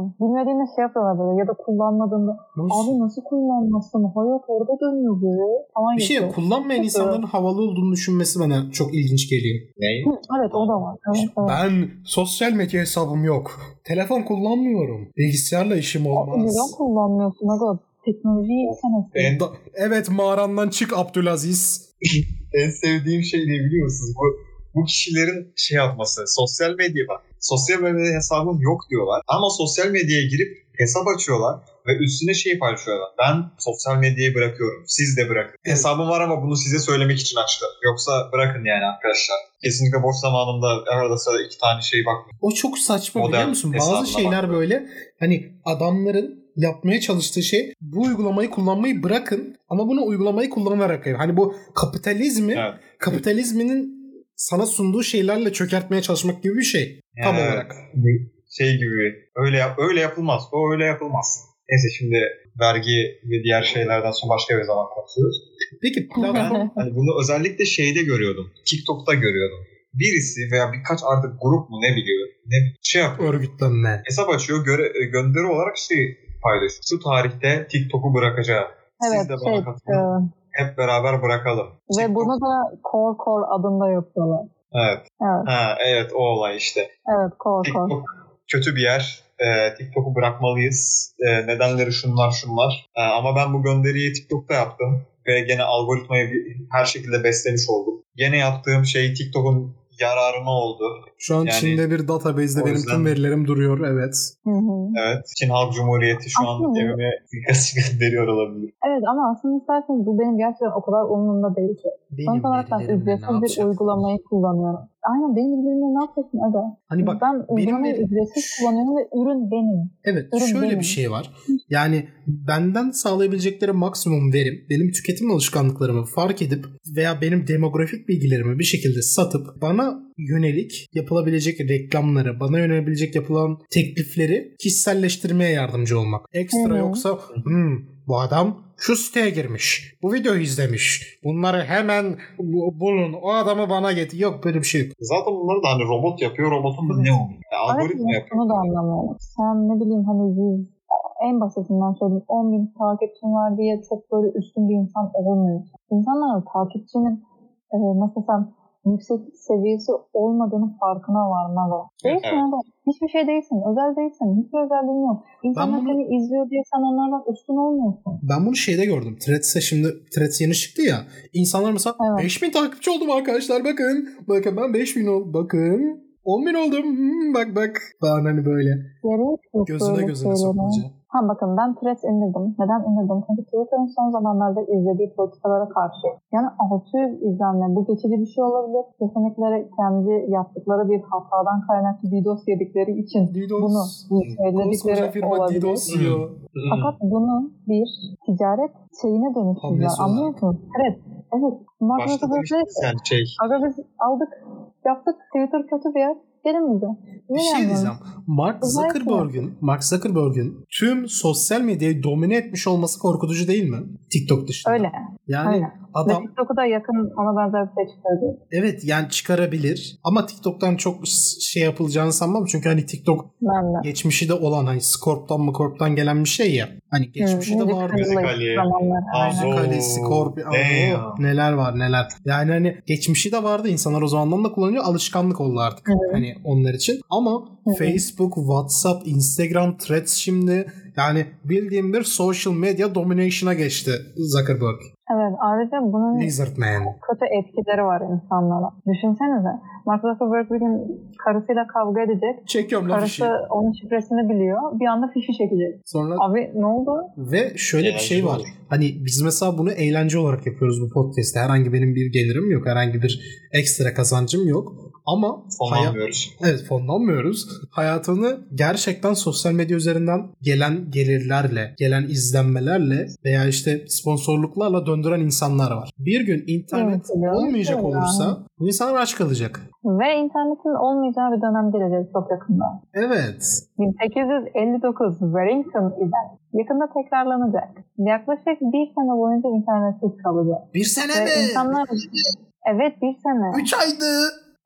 aynen. Bilmediğinde şey yapıyorlar böyle ya da kullanmadığında nasıl? Abi nasıl kullanmazsın? Hayat orada dönüyor böyle. Falan bir şey yok. Kullanmayan insanların havalı olduğunu düşünmesi bana çok ilginç geliyor. Ne? Evet o da var. Evet, evet. Ben sosyal medya hesabım yok. Telefon kullanmıyorum. Bilgisayarla işim olmaz. Neden kullanmıyorsun? Aga? Teknolojiyi sen da, Evet mağarandan çık Abdülaziz. En sevdiğim şey ne biliyor musunuz? Bu, bu kişilerin şey yapması. Sosyal medya bak. Sosyal medya hesabım yok diyorlar. Ama sosyal medyaya girip hesap açıyorlar ve üstüne şey paylaşıyorlar. Ben sosyal medyayı bırakıyorum. Siz de bırakın. Evet. Hesabım var ama bunu size söylemek için açtım. Yoksa bırakın yani arkadaşlar. Kesinlikle boş zamanımda arada sırada iki tane şey bakmıyorum. O çok saçma modern biliyor musun? Bazı şeyler bakmıyorum. Böyle hani adamların yapmaya çalıştığı şey bu uygulamayı kullanmayı bırakın ama bunu uygulamayı kullanarak yapın. Hani bu kapitalizmi evet. kapitalizminin sana sunduğu şeylerle çökertmeye çalışmak gibi bir şey. Yani, tam olarak. Şey gibi öyle yap, öyle yapılmaz. O öyle yapılmaz. Neyse şimdi vergi ve diğer şeylerden sonra başka bir zaman konuşuruz. Peki platform hani bunu özellikle şeyde görüyordum. TikTok'ta görüyordum. Birisi veya birkaç artık grup mu ne biliyor ne şey yapıyor. Örgütlenme. Hesap açıyor göre, gönderi olarak şey paylaşıyor. Şu tarihte TikTok'u bırakacağım. Evet, siz de bana şey, katılın. E... Hep beraber bırakalım. Ve TikTok... bunu da Core Core adında yapıyorlar. Evet. Evet. Ha, evet o olay işte. Evet Core TikTok Core. Kötü bir yer. E, TikTok'u bırakmalıyız. E, nedenleri şunlar şunlar. E, ama ben bu gönderiyi TikTok'ta yaptım. Ve gene algoritmayı bir, her şekilde beslemiş oldum. Gene yaptığım şey TikTok'un yararına oldu. Şu an yani, Çin'de bir database'de benim yüzden... tüm verilerim duruyor. Evet. Hı hı. Evet. Çin Halk Cumhuriyeti şu aslında an evime birkaç gönderiyor olabilir. Evet ama aslında isterseniz bu benim gerçekten o kadar umurumda değil ki. Sonuç olarak ben ücretsiz bir uygulamayı kullanıyorum. Aynen benim bildiğimde ne yapacaksın Aga? Hani bak, ben uygulamayı benim... ücretsiz kullanıyorum ve ürün benim. Evet ürün şöyle benim. bir şey var. Yani benden sağlayabilecekleri maksimum verim benim tüketim alışkanlıklarımı fark edip veya benim demografik bilgilerimi bir şekilde satıp bana yönelik yapılabilecek reklamları, bana yönelebilecek yapılan teklifleri kişiselleştirmeye yardımcı olmak. Ekstra Hı-hı. yoksa hmm, bu adam şu siteye girmiş, bu videoyu izlemiş, bunları hemen bulun, o adamı bana getir. Yok böyle bir şey yok. Zaten bunları da hani robot yapıyor, robotun da ne oluyor? Yani algoritma yapıyor. Bunu da anlamıyorum. Sen ne bileyim hani yüz, en basitinden söyleyeyim on bin takipçin var diye çok böyle üstün bir insan olmuyor. İnsanlar takipçinin e, nasıl desem yükseklik seviyesi olmadığının farkına varmalı. Değilsin evet. Abi. Hiçbir şey değilsin. Özel değilsin. Hiçbir özelliğin yok. İnsanlar bunu, seni izliyor diye sen onlardan üstün olmuyorsun. Ben bunu şeyde gördüm. Threads'e şimdi Threads yeni çıktı ya. İnsanlar mesela evet. beş bin takipçi oldum arkadaşlar bakın. Bakın ben beş bin oldum. Bakın. on bin oldum. Hmm, bak bak. Ben hani böyle. Gerek yok. Gözüne gözüne sokunca. Ha bakın ben Threads indirdim. Neden indirdim? Çünkü Twitter'ın son zamanlarda izlediği politikalara karşı. Yani altı yüz izlenme. Bu geçici bir şey olabilir. Kesinlikle kendi yaptıkları bir hatadan kaynaklı DDoS yedikleri için DDoS. bunu söyledikleri olabilir. DDoS yiyor. Fakat bunu bir ticaret şeyine dönüştürdüler. Anlıyor musunuz? Evet. Evet. Başta demiştiniz yani şey. Aga biz aldık. Yaptık. Twitter kötü bir yer. Gelin bize. Bir şey diyeceğim. Mark Zuckerberg'ün, Mark Zuckerberg'ün tüm sosyal medyayı domine etmiş olması korkutucu değil mi? TikTok dışında. Öyle. Yani Öyle. adam... Ve TikTok'u da yakın ona benzer bir şey çıkardı. Evet yani çıkarabilir. Ama TikTok'tan çok şey yapılacağını sanmam. Çünkü hani TikTok geçmişi de olan hani Scorp'tan mı Corp'tan gelen bir şey ya. Hani geçmişi hmm, de vardı. Müzikali. Müzikali, Scorp. Neler var neler. Yani hani geçmişi de vardı. İnsanlar o zamandan da kullanıyor. Alışkanlık oldu artık. Hmm. Hani onlar için. Ama hmm. Facebook, WhatsApp, Instagram, Threads şimdi yani bildiğim bir social media domination'a geçti Zuckerberg. Evet ayrıca bunun Lizardman. kötü etkileri var insanlara. Düşünsenize. Mark Zuckerberg bir gün karısıyla kavga edecek. Çekiyorum la fişi. Karısı onun şifresini biliyor. Bir anda fişi çekecek. Sonra... Abi ne oldu? Ve şöyle eğlence bir şey var. Olur. Hani biz mesela bunu eğlence olarak yapıyoruz bu podcast'te. Herhangi benim bir gelirim yok. Herhangi bir ekstra kazancım yok. Ama fonlanmıyoruz. Hay- evet fonlanmıyoruz. Hayatını gerçekten sosyal medya üzerinden gelen gelirlerle, gelen izlenmelerle veya işte sponsorluklarla döndüren insanlar var. Bir gün internet evet, olmayacak evet, olursa yani. Bu insanlar aç kalacak. Ve internetin olmayacağı bir dönem gelecek çok yakında. Evet. bin sekiz yüz elli dokuz Warrington event yakında tekrarlanacak. Yaklaşık bir sene boyunca internetsiz kalacak. Bir sene Ve mi? İnsanlar... Evet bir sene. Üç aydı.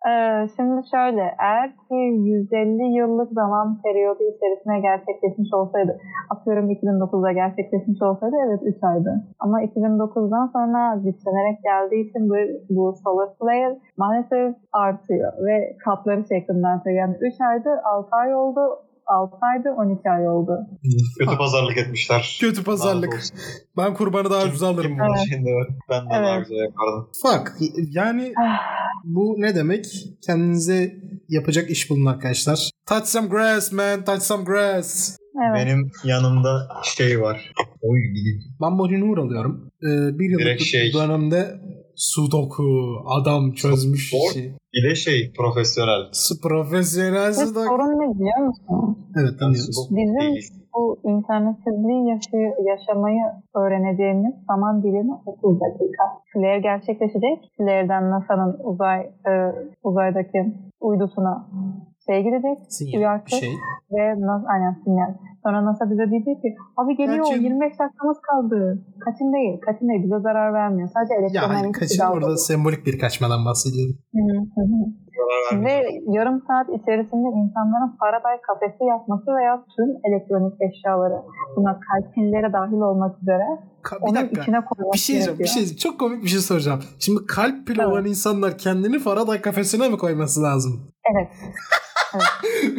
Ee, şimdi şöyle, eğer ki yüz elli yıllık zaman periyodu içerisinde gerçekleşmiş olsaydı, atıyorum iki bin dokuzda gerçekleşmiş olsaydı evet üç aydı. Ama iki bin dokuzdan sonra güçlenerek geldiği için bu, bu solar flare maalesef artıyor ve katları şeklinde artıyor. Yani üç aydı, altı ay oldu, altı aydı, on iki ay oldu. Kötü pazarlık etmişler. Kötü pazarlık. Ben kurbanı daha ucuz alırım. Kim evet. Şimdi ben de evet. Daha güzel yapardım. Fuck. Yani bu ne demek? Kendinize yapacak iş bulun arkadaşlar. Touch some grass man. Touch some grass. Evet. Benim yanımda şey var. Oy gidin. Ben Morinur alıyorum. Ee, bir yıllık şey. dönemde Sudoku adam çözmüş işi. Bir de şey profesyonel. Profesyonel Sudoku. Sorun ne biliyor musun? Evet anlıyoruz. Bizim bu internetsizliği yaşı- yaşamayı öğreneceğimiz zaman dilimi otuz dakika. Flare gerçekleşecek. Flare'den NASA'nın uzay e, uzaydaki uydusuna şey gidecek. Sinyal uyartı bir şey. Ve aynen sinyal. Sonra NASA bize diyecek ki abi geliyor Kaçın. yirmi beş dakikamız kaldı. Kaçın değil. Kaçın değil. Bize zarar vermiyor. Sadece elektromanyetik. Ya kaçın orada oluyor. Sembolik bir kaçmadan bahsediyorum. Hı hı hı. Ve yarım saat içerisinde insanların Faraday kafesi yapması veya tüm elektronik eşyaları, buna kalp pilleri dahil olmak üzere Ka- onun dakika. içine koymak bir şey diyeceğim, bir şey diyeceğim. Çok komik bir şey soracağım. Şimdi kalp pili evet. olan insanlar kendini Faraday kafesine mi koyması lazım? Evet. Evet.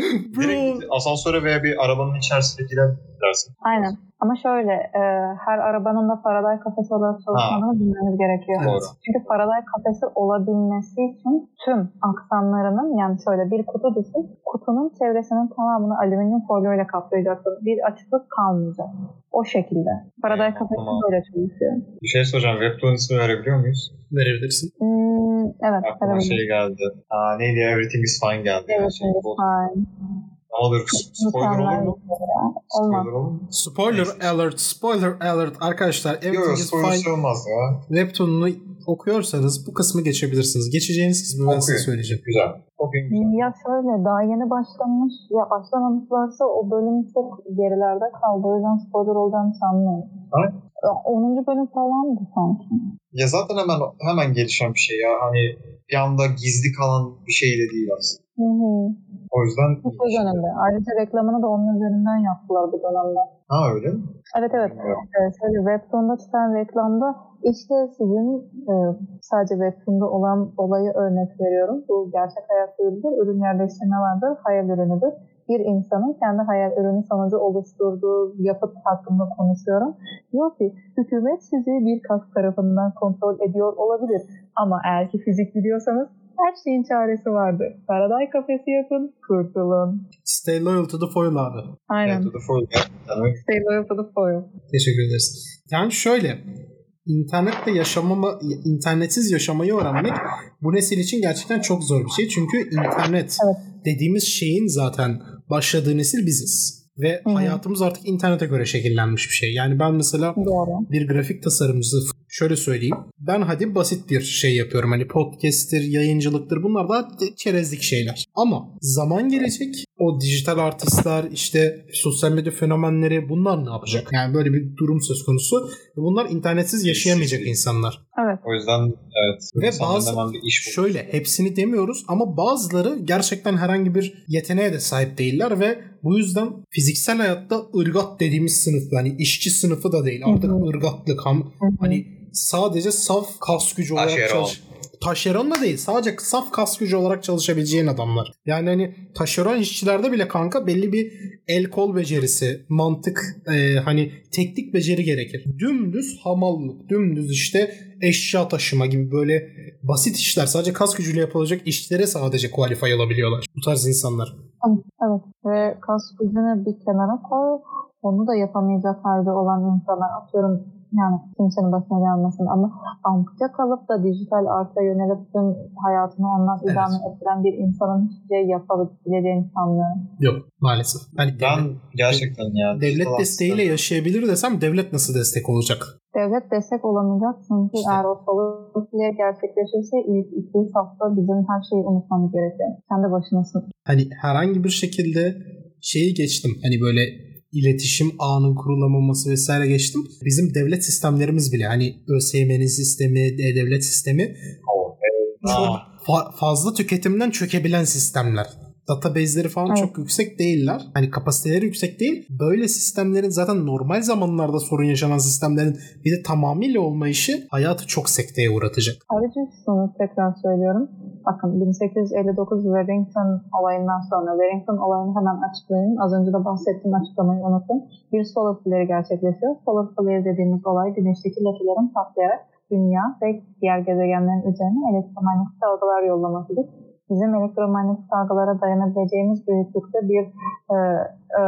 Direkt asansöre veya bir arabanın içerisine gider dersin. Aynen. Ama şöyle e, her arabanın da Faraday kafesi olarak çalışmadığını bilmeniz gerekiyor. Doğru. Çünkü Faraday kafesi olabilmesi için tüm aksamlarının, yani şöyle bir kutu düşün, kutunun çevresinin tamamını alüminyum folyoyla kaplayacaksın. Bir açıklık kalmayacak. O şekilde. Faraday evet, kafesi tamam. Böyle çalışıyor. Bir şey soracağım. Webtoon ismi verebiliyor muyuz? Verebilirsin. Hmm, evet. Aklıma şey geldi. Aa, neydi? Everything is fine geldi. Everything is fine. Ne olur? Spoiler olur mu? Olmaz. Spoiler olur mu? Spoiler alert, spoiler alert arkadaşlar. Everything is fine. Olmaz ya. Webtoon'unu okuyorsanız bu kısmı geçebilirsiniz. Geçeceğiniz kısmı ben size söyleyeceğim. Güzel. Okuyayım. Ya şöyle, daha yeni başlamış ya başlamamışlarsa o bölüm çok gerilerde kaldı. O yüzden spoiler olacağını sanmıyorum. Evet. onuncu bölüm falandı sanki. Ya zaten hemen hemen gelişen bir şey ya. Hani bir anda gizli kalan bir şey de değil aslında. Hı hı. O yüzden... Bu dönemde. Ayrıca reklamını da onun üzerinden yaptılar bu dönemde. Ha öyle mi? Evet evet. evet şöyle Webtoon'da çıkan reklamda işte sizin e, sadece Webtoon'da olan olayı örnek veriyorum. Bu gerçek hayat değildir. Ürün yerleştirme vardır. Hayal ürünüdür. Bir insanın kendi hayal ürünü sonucu oluşturduğu yapıt hakkında konuşuyorum. Diyor ki hükümet sizi bir kas tarafından kontrol ediyor olabilir. Ama eğer ki fizik biliyorsanız her şeyin çaresi vardır. Faraday kafesi yapın, kurtulun. Stay loyal to the foil abi. Aynen. To the foil. Stay loyal to the foil. Teşekkür ederiz. Yani şöyle, internette yaşamama, internetsiz yaşamayı öğrenmek bu nesil için gerçekten çok zor bir şey. Çünkü internet evet. dediğimiz şeyin zaten başladığı nesil biziz. Ve Hı-hı. hayatımız artık internete göre şekillenmiş bir şey. Yani ben mesela Doğru. bir grafik tasarımcısı şöyle söyleyeyim. Ben hadi basit bir şey yapıyorum. Hani podcast'tir, yayıncılıktır, bunlar da çerezlik şeyler. Ama zaman gelecek. O dijital artistler, işte sosyal medya fenomenleri, bunlar ne yapacak? Yani böyle bir durum söz konusu. Bunlar internetsiz yaşayamayacak insanlar. Evet. O yüzden evet. Ve bazı bir iş şöyle hepsini demiyoruz ama bazıları gerçekten herhangi bir yeteneğe de sahip değiller ve bu yüzden fiziksel hayatta ırgat dediğimiz sınıf, yani işçi sınıfı da değil. Artık Hı-hı. ırgatlık ham, Hı-hı. hani sadece saf kas gücü olarak Taşeron. çalış. Taşeron da değil. Sadece saf kas gücü olarak çalışabileceğin adamlar. Yani hani taşeron işçilerde bile kanka belli bir el kol becerisi, mantık, e, hani teknik beceri gerekir. Dümdüz hamallık, dümdüz işte eşya taşıma gibi böyle basit işler, sadece kas gücüyle yapılacak işlere sadece qualify alabiliyorlar bu tarz insanlar. Evet. Ve kas gücünü bir kenara koy. Onu da yapamayacak halde olan insanlar, atıyorum yani kimsenin başına gelmesin ama ampute kalıp da dijital arta yönelip tüm hayatını ondan evet. idame ettiren bir insanın hiçbir şey yapabileceğini sanmıyorum. Yok maalesef. Hani ben devlet, gerçekten ya. Devlet desteğiyle yaşayabilir desem devlet nasıl destek olacak? Devlet destek olamayacak çünkü işte. Eğer o soluklaya gerçekleşirse ilk iki hafta bizim her şeyi unutmamız gerekiyor. Sen de başınasın. Hani herhangi bir şekilde şeyi geçtim. Hani böyle iletişim ağının kurulamaması vesaire geçtim. Bizim devlet sistemlerimiz bile hani ÖSYM'nin sistemi, devlet sistemi oh, evet. çok Aa. fa- fazla tüketimden çökebilen sistemler. Database'leri falan evet. çok yüksek değiller. Hani kapasiteleri yüksek değil. Böyle sistemlerin zaten normal zamanlarda sorun yaşanan sistemlerin bir de tamamıyla olmayışı hayatı çok sekteye uğratacak. Ayrıca şunu tekrar söylüyorum. Bakın bin sekiz yüz elli dokuz Wellington olayından sonra Wellington olayını hemen açıklayayım. Az önce de bahsettiğim açıklamayı unutun. Bir solar flare gerçekleşiyor. Solar flare dediğimiz olay güneşteki lekelerin patlayarak dünya ve diğer gezegenlerin üzerine elektromanyetik dalgalar yollamasıdır. Bizim elektromanyetik dalgalara dayanabileceğimiz büyüklükte bir e, e,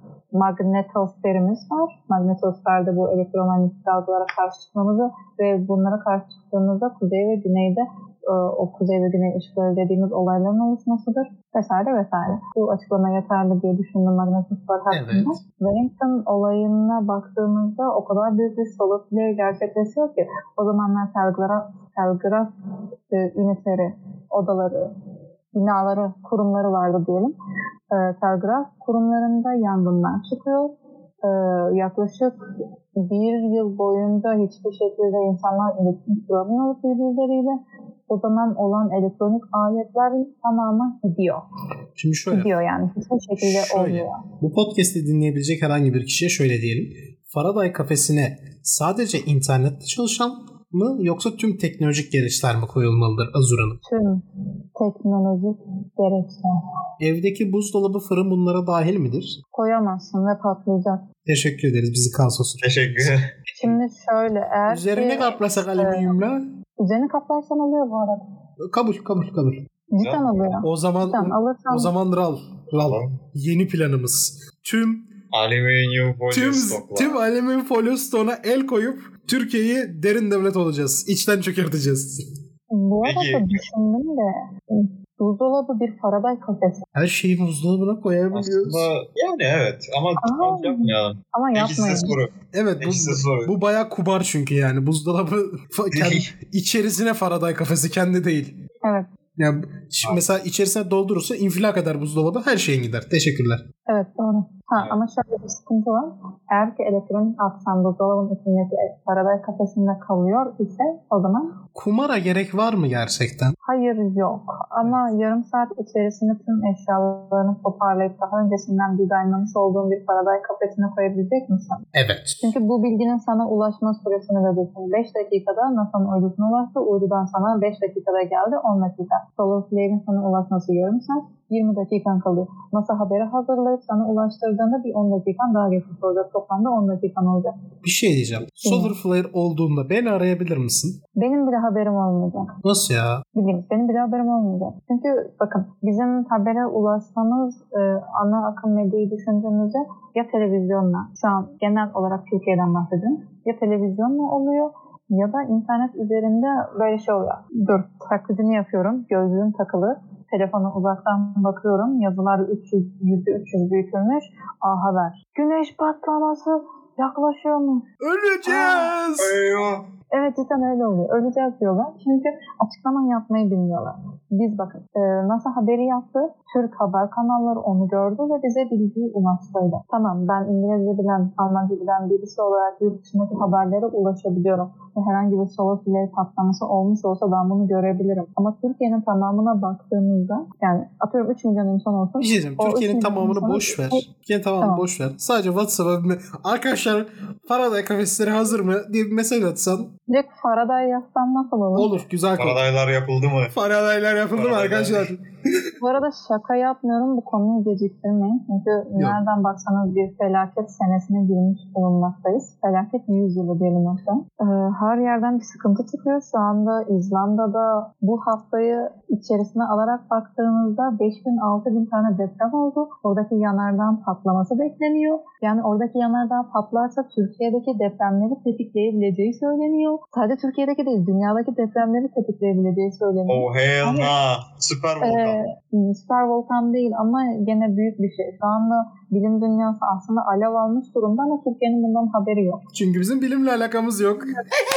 magnetosferimiz var. Magnetosfer de bu elektromanyetik dalgalara karşı çıkmamızı ve bunlara karşı çıktığımızda kuzey ve güneyde e, o kuzey ve güney ışıkları dediğimiz olayların oluşmasıdır vesaire vesaire. Bu açıklama yeterli diye düşündüm magnetosfer hakkında. Evet. Wellington olayına baktığımızda o kadar büyük bir solar flare gerçekleşiyor ki o zamanlar telgraf, telgraf e, ünitleri, odaları, binaları, kurumları vardı diyelim. E, telgraf kurumlarında yangınlar çıkıyor. E, yaklaşık bir yıl boyunca hiçbir şekilde insanlar iletişim kuramıyor birbirleriyle. O zaman olan elektronik aletler tamamen gidiyor. Şimdi şöyle. Gidiyor yani. Hiçbir şekilde şöyle, olmuyor. Bu podcast'i dinleyebilecek herhangi bir kişiye şöyle diyelim. Faraday kafesine sadece internette çalışan mı yoksa tüm teknolojik gereçler mi koyulmalıdır Azura'nın? Tüm teknolojik gereçler. Evdeki buzdolabı, fırın bunlara dahil midir? Koyamazsın ve patlayacak. Teşekkür ederiz. Bizi kalsosuz. Teşekkür. Şimdi şöyle eğer Üzerine ki, kaplasak alüminyumla? Üzerine kaplarsan oluyor bu arada. Kabul, kabul, kabul. Cidden oluyor. O zaman Cidden, alırsan... o zaman Ral, Ral. Yeni planımız. Tüm alüminyum folyo tüm, stokla. Tüm alüminyum folyo stoğuna el koyup Türkiye'yi derin devlet olacağız. İçten çökerteceğiz. Bu arada Peki. düşündüm de buzdolabı bir Faraday kafesi. Her şeyi buzdolabına koyabiliyoruz. Aslında yani evet ama Aha, yapmayalım. Ama yapmayın. Soru. Evet bu, soru. bu bayağı kubar çünkü yani. Buzdolabı kendi, içerisine Faraday kafesi kendi değil. Evet. Yani şimdi mesela içerisine doldurursa infilak eder buzdolabı, her şeyin gider. Teşekkürler. Evet doğru. Ha evet. Ama şöyle bir sıkıntı var. Eğer ki elektronik aksan buzdolabının içindeki Faraday kafesinde kalıyor ise o zaman kumara gerek var mı gerçekten? Hayır yok. Ama evet. yarım saat içerisinde tüm eşyalarını toparlayıp daha öncesinden dizaynlamış olduğun bir Faraday kafesine koyabilecek misin? Evet. Çünkü bu bilginin sana ulaşma süresini de düşün. beş dakikada NASA'nın uydusuna ulaştı. Uydudan sana beş dakikada geldi on dakika. Solar flare'in sana ulaşması yarım saat. yirmi dakikan kalıyor. NASA haberi hazırlayıp sana ulaştırdığında bir on dakikan daha geçmiş olacak. Toplamda on dakikan olacak. Bir şey diyeceğim. Solar flare olduğunda beni arayabilir misin? Benim bile haberim olmayacak. Nasıl ya? Bilmiyorum. Benim bile haberim olmayacak. Çünkü bakın bizim habere ulaşmamız e, ana akım medyayı düşündüğümüzde ya televizyonla, şu an genel olarak Türkiye'den bahsediyorum, ya televizyonla oluyor ya da internet üzerinde böyle şey oluyor. Dur, taklidini yapıyorum. Gözlüğüm takılı. Telefona uzaktan bakıyorum. Yazılar üç yüz, yüzde üç yüz büyütülmüş. A haber. Güneş patlaması yaklaşıyormuş. Öleceğiz. Eyvah. Evet cidden öyle oluyor. Öleceğiz diyorlar. Çünkü açıklama yapmayı bilmiyorlar. Biz bakın e, NASA haberi yaptı. Türk haber kanalları onu gördü ve bize bilgiyi ulaştırdı. Tamam ben İngilizce bilen, Almanca bilen birisi olarak yurt dışındaki haberlere ulaşabiliyorum. Ve herhangi bir solar flare patlaması olmuş olsa ben bunu görebilirim. Ama Türkiye'nin tamamına baktığımızda yani atıyorum üç milyon insan olsun. Bir şey diyeceğim. Türkiye'nin tamamını boş ver. Türkiye'nin tamamını tamam. boş ver. Sadece WhatsApp'a arkadaşlar Faraday kafesleri hazır mı diye bir mesaj atsan. Direkt Faraday yazsan nasıl olur? Olur. Güzel konu. Faradaylar yapıldı mı? Faradaylar yapıldı Faradaylar. mı arkadaşlar? Bu arada şaka yapmıyorum. Bu konuyu geciktirmeyin. Çünkü Yok. nereden baksanız bir felaket senesine girmiş bulunmaktayız. Felaket yüz yılı diyelim hatta. Ee, her yerden bir sıkıntı çıkıyor. Şu anda İzlanda'da bu haftayı içerisine alarak baktığımızda beş bin altı bin tane deprem oldu. Oradaki yanardağ patlaması bekleniyor. Yani oradaki yanardağ patlarsa Türkiye'deki depremleri tetikleyebileceği söyleniyor. Sadece Türkiye'deki değil, dünyadaki depremleri tetikleyebileceği söyleniyor. Oh hell no. Süper volkan. Ee, süper volkan değil ama gene büyük bir şey. Şu anda bilim dünyası aslında alev almış durumda ama Türkiye'nin bundan haberi yok. Çünkü bizim bilimle alakamız yok.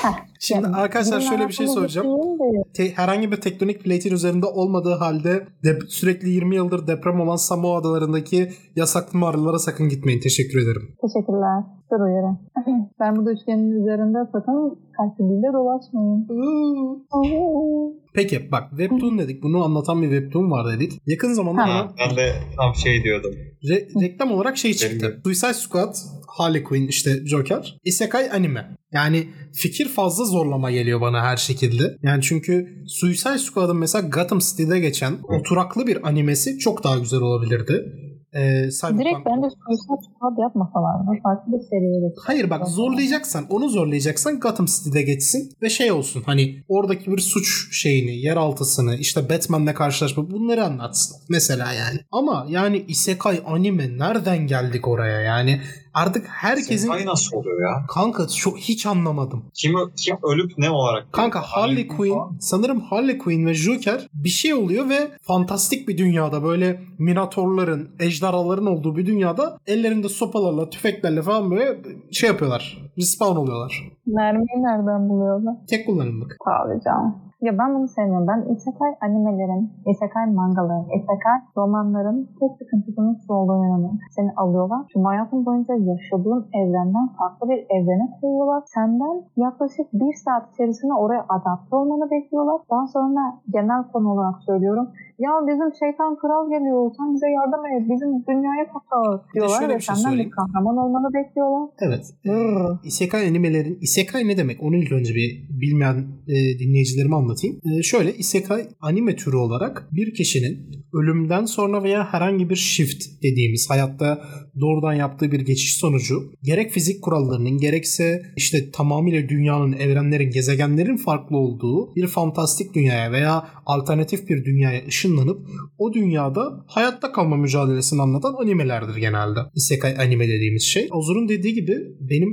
Şimdi yani, arkadaşlar şöyle bir şey soracağım. Te- herhangi bir tektonik plate'in üzerinde olmadığı halde de- sürekli yirmi yıldır deprem olan Samoa adalarındaki yasaklı mağaralara sakın gitmeyin. Teşekkür ederim. Teşekkürler. Sır uyarı. Ben bu üçgenin üzerinde sakın kalbimde dolaşmayın. Peki bak webtoon dedik. Bunu anlatan bir webtoon var dedik. Yakın zamanda ha, ben de tam şey diyordum. Re- reklam olarak şey çıktı. Suicide Squad, Harley Quinn, işte Joker, Isekai anime. Yani fikir fazla zorlama geliyor bana her şekilde. Yani çünkü Suicide Squad'ın mesela Gotham City'de geçen oturaklı bir animesi çok daha güzel olabilirdi. Ee, Direkt bence Suicide Squad yapmasalardı. Farklı bir seriye. Hayır bak, zorlayacaksan, onu zorlayacaksan Gotham City'de geçsin ve şey olsun, hani oradaki bir suç şeyini, yeraltısını, işte Batman'le karşılaşma, bunları anlatsın mesela yani. Ama yani Isekai anime, nereden geldik oraya yani? Artık herkesin... Isekai nasıl oluyor ya? Kanka çok, hiç anlamadım. Kim, kim ölüp ne olarak? Kanka Harley Quinn, sanırım Harley Quinn ve Joker bir şey oluyor ve fantastik bir dünyada, böyle minatorların, ejderhaların olduğu bir dünyada ellerinde sopalarla, tüfeklerle falan böyle şey yapıyorlar. Respawn oluyorlar. Mermiyi nereden buluyorlar? Tek kullanımlık. Ağlayacağım. Ya ben bunu sevmiyorum. Ben isekai animelerin, isekai mangaların, isekai romanların tek sıkıntısının şu olduğunu inanıyorum. Seni alıyorlar. Tüm hayatın boyunca yaşadığın evrenden farklı bir evrene koyuyorlar. Senden yaklaşık bir saat içerisinde oraya adapte olmanı bekliyorlar. Daha sonra genel konu olarak söylüyorum. Ya bizim şeytan kral geliyor. Sen bize yardım et. Bizim dünyayı kurtar diyorlar ve şey senden söyleyeyim. Bir kahraman olmanı bekliyorlar. Evet. Ee, isekai animelerin, isekai ne demek? Onu ilk önce bir bilmeyen e, dinleyicilerime anlatayım. Ee, şöyle, isekai anime türü olarak bir kişinin ölümden sonra veya herhangi bir shift dediğimiz hayatta doğrudan yaptığı bir geçiş sonucu gerek fizik kurallarının gerekse işte tamamıyla dünyanın, evrenlerin, gezegenlerin farklı olduğu bir fantastik dünyaya veya alternatif bir dünyaya ışınlanıp o dünyada hayatta kalma mücadelesini anlatan animelerdir genelde. Isekai anime dediğimiz şey. Ozur'un dediği gibi benim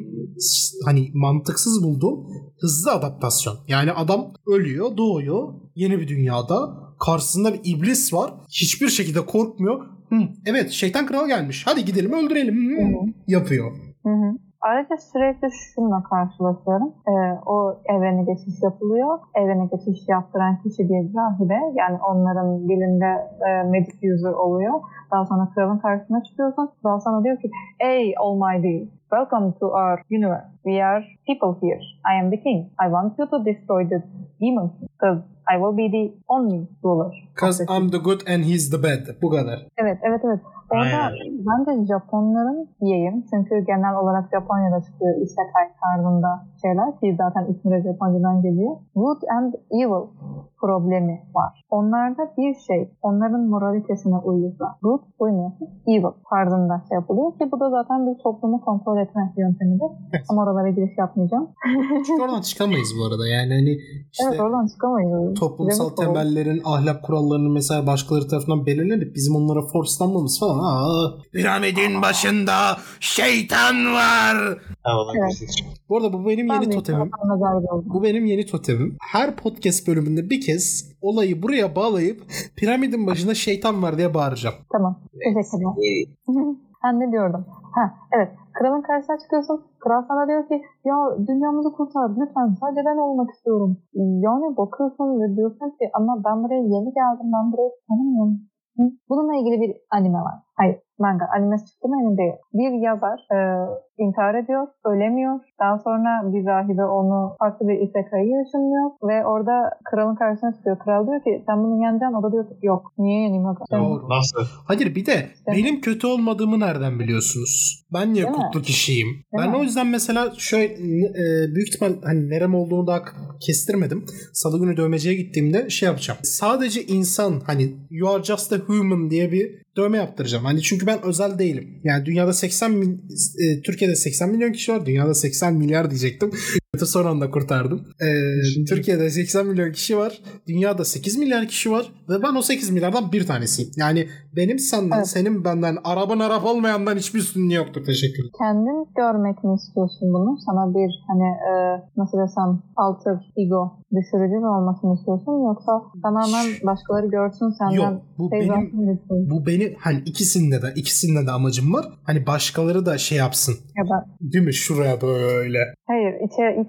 hani mantıksız bulduğum hızlı adaptasyon. Yani adam ölüyor, doğuyor yeni bir dünyada. Karşısında bir iblis var. Hiçbir şekilde korkmuyor. Hı, evet, şeytan kral gelmiş. Hadi gidelim öldürelim. Hı, hı. Yapıyor. Hı hı. Ayrıca sürekli şununla karşılaşıyorum. Ee, o evrene geçiş yapılıyor. Evrene geçiş yaptıran kişi bir rahibe. Yani onların dilinde e, magic user oluyor. Daha sonra kralın karşısına çıkıyorsun. Daha sonra diyor ki, "Ey Almighty, welcome to our universe. We are people here. I am the king. I want you to destroy the demons. Because I will be the only ruler." Because I'm the good and he's the bad. Bu kadar. Evet, evet, evet. Orada bence Japonların diyeyim. Çünkü genel olarak Japonya'da çıkıyor isekai tarzında şeyler. Ki zaten ismi de Japonca'dan geliyor. Good and evil problemi var. Onlarda bir şey, onların moralitesine uyuyorsa good, uymuyorsa evil tarzında şey yapılıyor. Ki bu da zaten bir toplumu kontrol etme yöntemidir. Evet. Ama oralara giriş yapmayacağım. Çünkü oradan çıkamayız bu arada. Yani hani işte evet, oradan çıkamayız. Toplumsal Demek temellerin, olur. Ahlak kurallarının mesela başkaları tarafından belirlenip bizim onlara forslanmamız falan. Aa, piramidin başında şeytan var. Evet. Bu arada bu benim ben yeni totemim. Bu benim yeni totemim. Her podcast bölümünde bir kez olayı buraya bağlayıp piramidin başında şeytan var diye bağıracağım. Tamam. Teşekkürler. Ben ne diyordum? Ha, evet. Kralın karşısına çıkıyorsun. Kral sana diyor ki, ya dünyamızı kurtar lütfen, sadece ben olmak istiyorum. Yani bakıyorsun ve diyorsun ki, ama ben buraya yeni geldim, ben burayı tanımıyorum. Hı? Bununla ilgili bir anime var. Hayır, manga. Animesi çıktı mı emin değil. Bir yazar e, intihar ediyor, ölemiyor. Daha sonra bir rahibe onu farklı bir isekai'ye ışınlıyor ve orada kralın karşısına çıkıyor. Kral diyor ki, sen bunu yeneceksin. O da diyor ki, yok. Niye yeneyim? Doğru. Nasıl? Hayır, bir de işte, benim kötü olmadığımı nereden biliyorsunuz? Ben niye kutlu kişiyim? Değil ben mi? O yüzden mesela şöyle e, büyük ihtimal hani nerem olduğunu daha kestirmedim. Salı günü dövmeciye gittiğimde şey yapacağım. Sadece insan, hani you are just a human diye bir dövme yaptıracağım. Hani çünkü ben özel değilim. Yani dünyada seksen min, e, Türkiye'de seksen milyon kişi var. Dünyada seksen milyar diyecektim. Son anda kurtardım. Ee, Türkiye'de seksen milyon kişi var. Dünyada sekiz milyar kişi var. Ve ben o sekiz milyardan bir tanesiyim. Yani benim senden, evet. senin benden, araban arap olmayandan hiçbir üstünlüğü yoktur. Teşekkür ederim. Kendin görmek mi istiyorsun bunu? Sana bir hani e, nasıl desem alter ego düşürücü mü olmasını istiyorsun? Yoksa tamamen başkaları görsün senden. Yok. Bu benim, bu beni hani ikisinde de ikisinde de amacım var. Hani başkaları da şey yapsın. Ya da, değil mi? Şuraya böyle. Hayır. içe, iç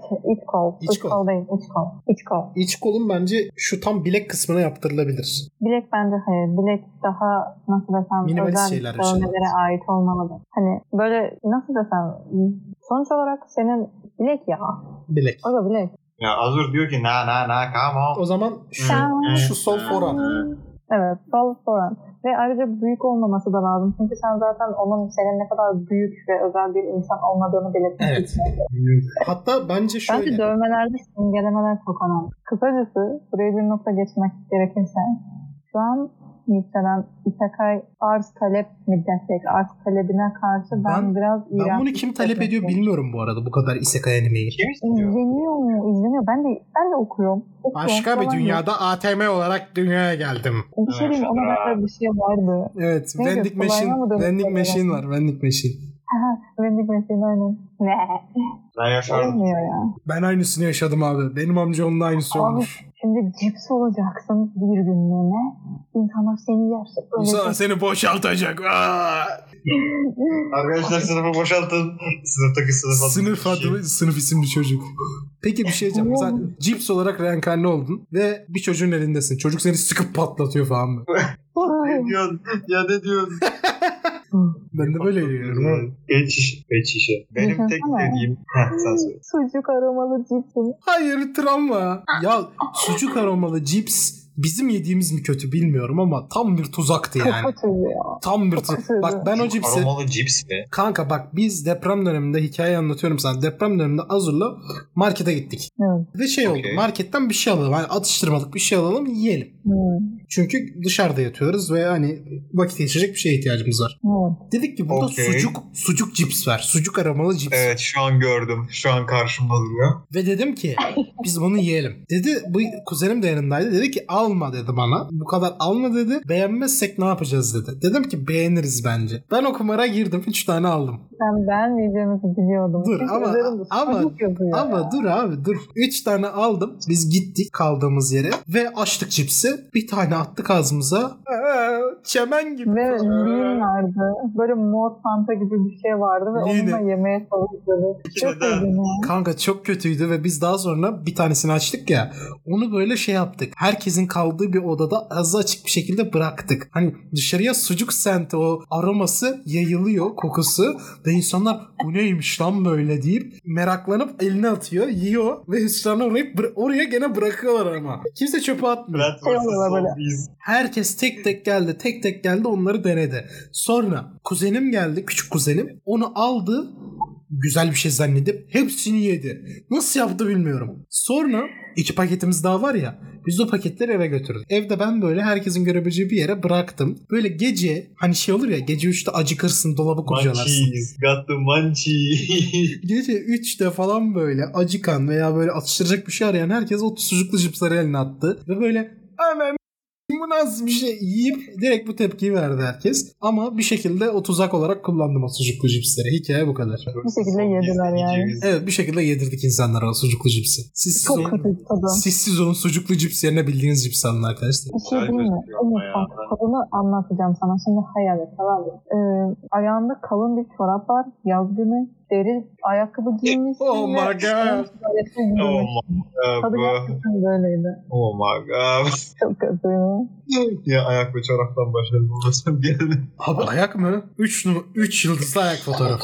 iç kol. İç kol. kol değil, iç kol. İç kol. İç kolun bence şu tam bilek kısmına yaptırılabilir. Bilek bence hayır. Bilek daha nasıl desem Minimalist özel şeyler, dövmelere şeyler. ait olmalı. Hani böyle nasıl desem sonuç olarak senin bilek ya. Bilek. O da bilek. Ya Azur diyor ki na na na come on. O zaman şu, şu sol forearm. Evet, sol forearm. Ve ayrıca büyük olmaması da lazım. Çünkü sen zaten onun senin ne kadar büyük ve özel bir insan olmadığını belirtmek Evet. istiyorsun. Hatta bence şöyle. Bence dövmelerde simgelemeler çok önemli. Kısacası buraya bir nokta geçmek gerekirse şu an yükselen isekai arz talep müddetlik, arz talebine karşı ben, Ben, biraz iğrenç. ben bunu kim talep ediyor bilmiyorum bu arada bu kadar isekai animeyi. Kim istiyor? İzleniyor mu? İzleniyor. Ben de ben de okuyorum. okuyorum Başka bir falan dünyada A T M olarak dünyaya geldim. yok. Bir şey diyeyim, ona benzer bir şey vardı. Evet, Neydi? vending Kulağına machine, mı dönüp vending böyle? machine var, vending machine. Vending machine aynen. Ne? Ben yaşardım. Olmuyor ya. Ben aynısını yaşadım abi. Benim amca onun aynısı Abi olmuş. şimdi cips olacaksın bir günlüğüne. İnsanlar seni yerse Bu sana seni boşaltacak. Aa! Arkadaşlar sınıfı boşaltın. Sınıftaki sınıf adı. Sınıf adı, sınıf isimli çocuk. Peki bir şey diyeceğim. Sen cips olarak reenkarne oldun ve bir çocuğun elindesin. Çocuk seni sıkıp patlatıyor falan mı? Ne diyorsun? Ya ne diyorsun? Ben de böyle yiyorum. Pet şişe. Pet şişe. Benim Düşünsene. tek dediğim... Heh, sen söyle. Sucuk aromalı cipsin. Hayır, travma. Ya sucuk aromalı cips bizim yediğimiz mi kötü bilmiyorum ama tam bir tuzaktı Çok yani. kötü ya. Tam bir Çok tuzak. kötüydü. Bak ben o cipsi... Aromalı cips mi? Kanka bak biz deprem döneminde hikaye anlatıyorum sana. Deprem döneminde Azur'la markete gittik. Evet. Ve şey oldu. Okay. Marketten bir şey alalım. Hani atıştırmalık bir şey alalım yiyelim. Hmm. Çünkü dışarıda yatıyoruz ve hani vakit geçirecek bir şeye ihtiyacımız var. Evet. Dedik ki burada Okay. sucuk sucuk cips var. Sucuk aromalı cips. Evet şu an gördüm. Şu an karşımda duruyor. Ve dedim ki biz bunu yiyelim. Dedi bu kuzenim de yanındaydı. Dedi ki alma dedi bana. Bu kadar alma dedi. Beğenmezsek ne yapacağız dedi. Dedim ki beğeniriz bence. Ben o kumara girdim. üç tane aldım. Ben beğenmeyeceğimizi biliyordum. Dur Çünkü ama üzerinde ama sucuk yazıyor ama ya. dur abi dur. üç tane aldım. Biz gittik kaldığımız yere ve açtık cipsi. Bir tane attık ağzımıza. Ee, çemen gibi. Ve lean vardı. Böyle mor fanta gibi bir şey vardı ve Lean. onunla yemeye çalışıyordu. Çok Neden? iyiydi ya. Kanka çok kötüydü ve biz daha sonra bir tanesini açtık ya. Onu böyle şey yaptık. Herkesin kaldığı bir odada ağzı açık bir şekilde bıraktık. Hani dışarıya sucuk senti o aroması yayılıyor, kokusu ve insanlar bu neymiş lan böyle deyip meraklanıp eline atıyor, yiyor ve hüsrana uğrayıp bıra- oraya gene bırakıyorlar ama. Kimse çöpe atmıyor. Plant Şey versus. oluyorlar böyle. Zombies. Herkes tek tek geldi, tek tek geldi onları denedi. Sonra kuzenim geldi, küçük kuzenim. Onu aldı, güzel bir şey zannedip hepsini yedi. Nasıl yaptı bilmiyorum. Sonra iki paketimiz daha var ya, biz o paketleri eve götürdük. Evde ben böyle herkesin görebileceği bir yere bıraktım. Böyle gece hani şey olur ya, gece üçte acıkırsın, dolabı kurcalarsın. Munchies. Got the munchies. Gece üçte falan böyle acıkan veya böyle atıştıracak bir şey arayan herkes o sucuklu cipsleri eline attı. Ve böyle hemen bu nasıl bir şey yiyip direkt bu tepkiyi verdi herkes. Ama bir şekilde o tuzak olarak kullandım o sucuklu cipsleri. Hikaye bu kadar. Bir şekilde yediler yani. Evet, bir şekilde yedirdik insanlara o sucuklu cipsi. Siz siz, Çok olun, kötü tadı. siz siz olun sucuklu cips yerine bildiğiniz cips alın arkadaşlar. Bir şey değil mi? Umut bak tadını anlatacağım sana. Şimdi hayal et, tamam mı? Ee, ayağında kalın bir çorap var. Yaz günü. Deri ayakkabı giymişsin. Oh my ve god. tuvalete Oh yürümüşsün. my Tadı god. gerçekten böyleydi. Oh my god. Çok kötü. Ya ayak ve çoraptan başladım. Ulaşım geldi. Abi ayak mı? üç üç yıldızlı ayak fotoğrafı.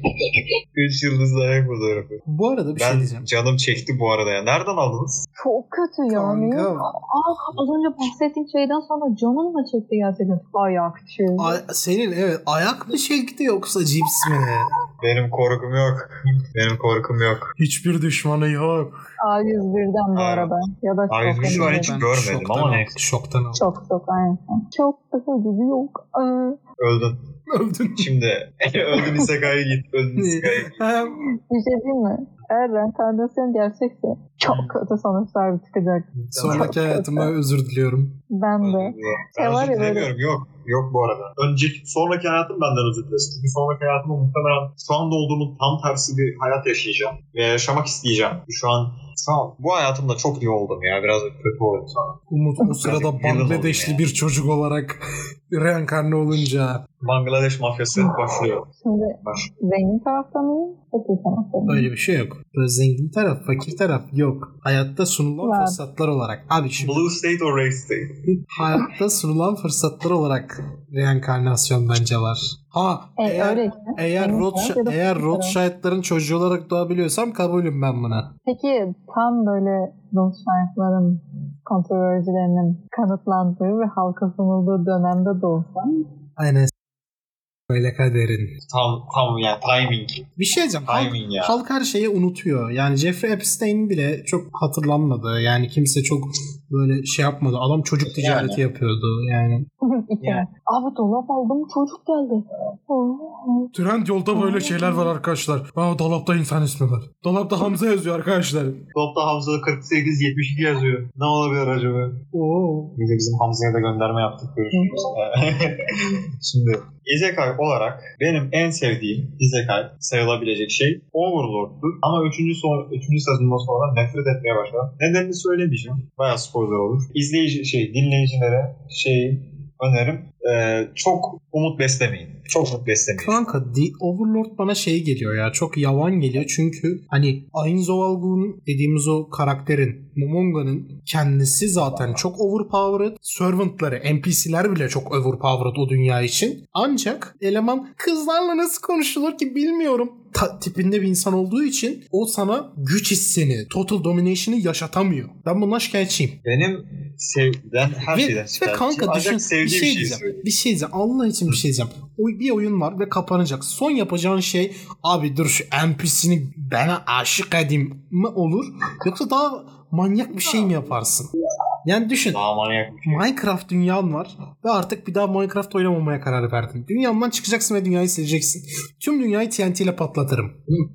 Üç yıldızlı ayak fotoğrafı. Bu arada bir şey Ben diyeceğim. canım çekti bu arada ya. Nereden aldınız? Çok kötü yani. Kanka. Aa, az önce bahsettiğim şeyden sonra canım da çekti gerçekten. Ayakçı. A- senin evet ayak mı çekti yoksa cips mi? Benim korkum yok. Benim korkum yok. Hiçbir düşmanı yok. A yüz birden bu Aynen. arada. Ya da A yüz bir şu an hiç Ben görmedim şoktan ama aldım, neyse. Şoktan aldım. Çok çok aynen. Çok çok gibi yok. Aa, Öldün. Öldün. Şimdi öldün Isekai'ye git. Öldün Isekai'ye git. Ha, bir şey diyeyim mi? Eğer reenkarnasyon gerçekse çok kötü sonuçlar çıkacak. sonraki hayatıma özür diliyorum. Ben de. Ben Şey var özür ya böyle- dilemiyorum. Yok. Yok bu arada. Önceki, sonraki hayatım benden özür dilesin. Çünkü sonraki hayatımda muhtemelen şu anda olduğumun tam tersi bir hayat yaşayacağım. Ve yaşamak isteyeceğim. Şu an Tamam. Bu hayatımda çok iyi oldum ya. Biraz kötü oldum sonra. Umut o sırada Bangladeşli bir çocuk olarak reenkarne olunca. Bangladeş mafyası başlıyor. Şimdi zengin tarafta mıyım? Fakir tarafta mıyım? Öyle bir şey yok. Böyle zengin taraf, fakir taraf yok. Hayatta sunulan Var. fırsatlar olarak. Abi şimdi. Blue state or red state? Hayatta sunulan fırsatlar olarak reenkarnasyon bence var. Ha E, eğer öyle ki. eğer Zengin Rothschild, taraf ya da eğer fakir taraf. Rothschild'ların çocuğu olarak doğabiliyorsam kabulüm ben buna. Peki tam böyle Rothschild'ların kontroversilerinin kanıtlandığı ve halka sunulduğu dönemde de olsam Aynen böyle kaderin. Tam tam yani timing. Bir şey diyeceğim. Halk, Timing ya. halk her şeyi unutuyor. Yani Jeffrey Epstein bile çok hatırlanmadı. Yani kimse çok böyle şey yapmadı. Adam çocuk ticareti Yani. yapıyordu. Yani. İki. Yani. Abi dolap aldım çocuk geldi. Trend yolda böyle şeyler var arkadaşlar. Aa, dolapta insan ismi var. Dolapta Hamza yazıyor arkadaşlar. Dolapta Hamza kırk sekiz yetmiş iki yazıyor. Ne olabilir acaba? Oo. Biz de bizim Hamza'ya da gönderme yaptık. Görüşürüz. Şimdi Isekai olarak benim en sevdiğim Isekai sayılabilecek şey Overlord'dur. Ama üçüncü, son, üçüncü sezondan sonra nefret etmeye başladım. Nedenini söylemeyeceğim. Bayağı spoiler olur. İzleyici, şey, dinleyicilere şey önerim. Ee, çok umut beslemeyin. Çok umut beslemeyin. Kanka The Overlord bana şey geliyor ya. Çok yavan geliyor. Çünkü hani Ainzo Algun dediğimiz o karakterin, Momonga'nın kendisi zaten çok overpowered. Servant'ları, N P C'ler bile çok overpowered o dünya için. Ancak eleman kızlarla nasıl konuşulur ki bilmiyorum. Ta- tipinde bir insan olduğu için o sana güç hissini, total domination'ı yaşatamıyor. Ben bundan şikayetçiyim. Benim sevden her ve, şeyden ve şikayetçiyim. kanka Ancak düşün, bir sevdiğim şey bir şey diyeceğim. söyleyeyim. Bir şey diyeceğim. Allah için bir şey diyeceğim. O bir oyun var ve kapanacak. Son yapacağın şey abi dur şu N P C'ni bana aşık edeyim mi olur? Yoksa daha manyak bir şey mi yaparsın? Yani düşün. Daha manyak bir şey. Minecraft dünyan var ve artık bir daha Minecraft oynamamaya karar verdin. Dünyandan çıkacaksın ve dünyayı sileceksin. Tüm dünyayı T N T ile patlatırım.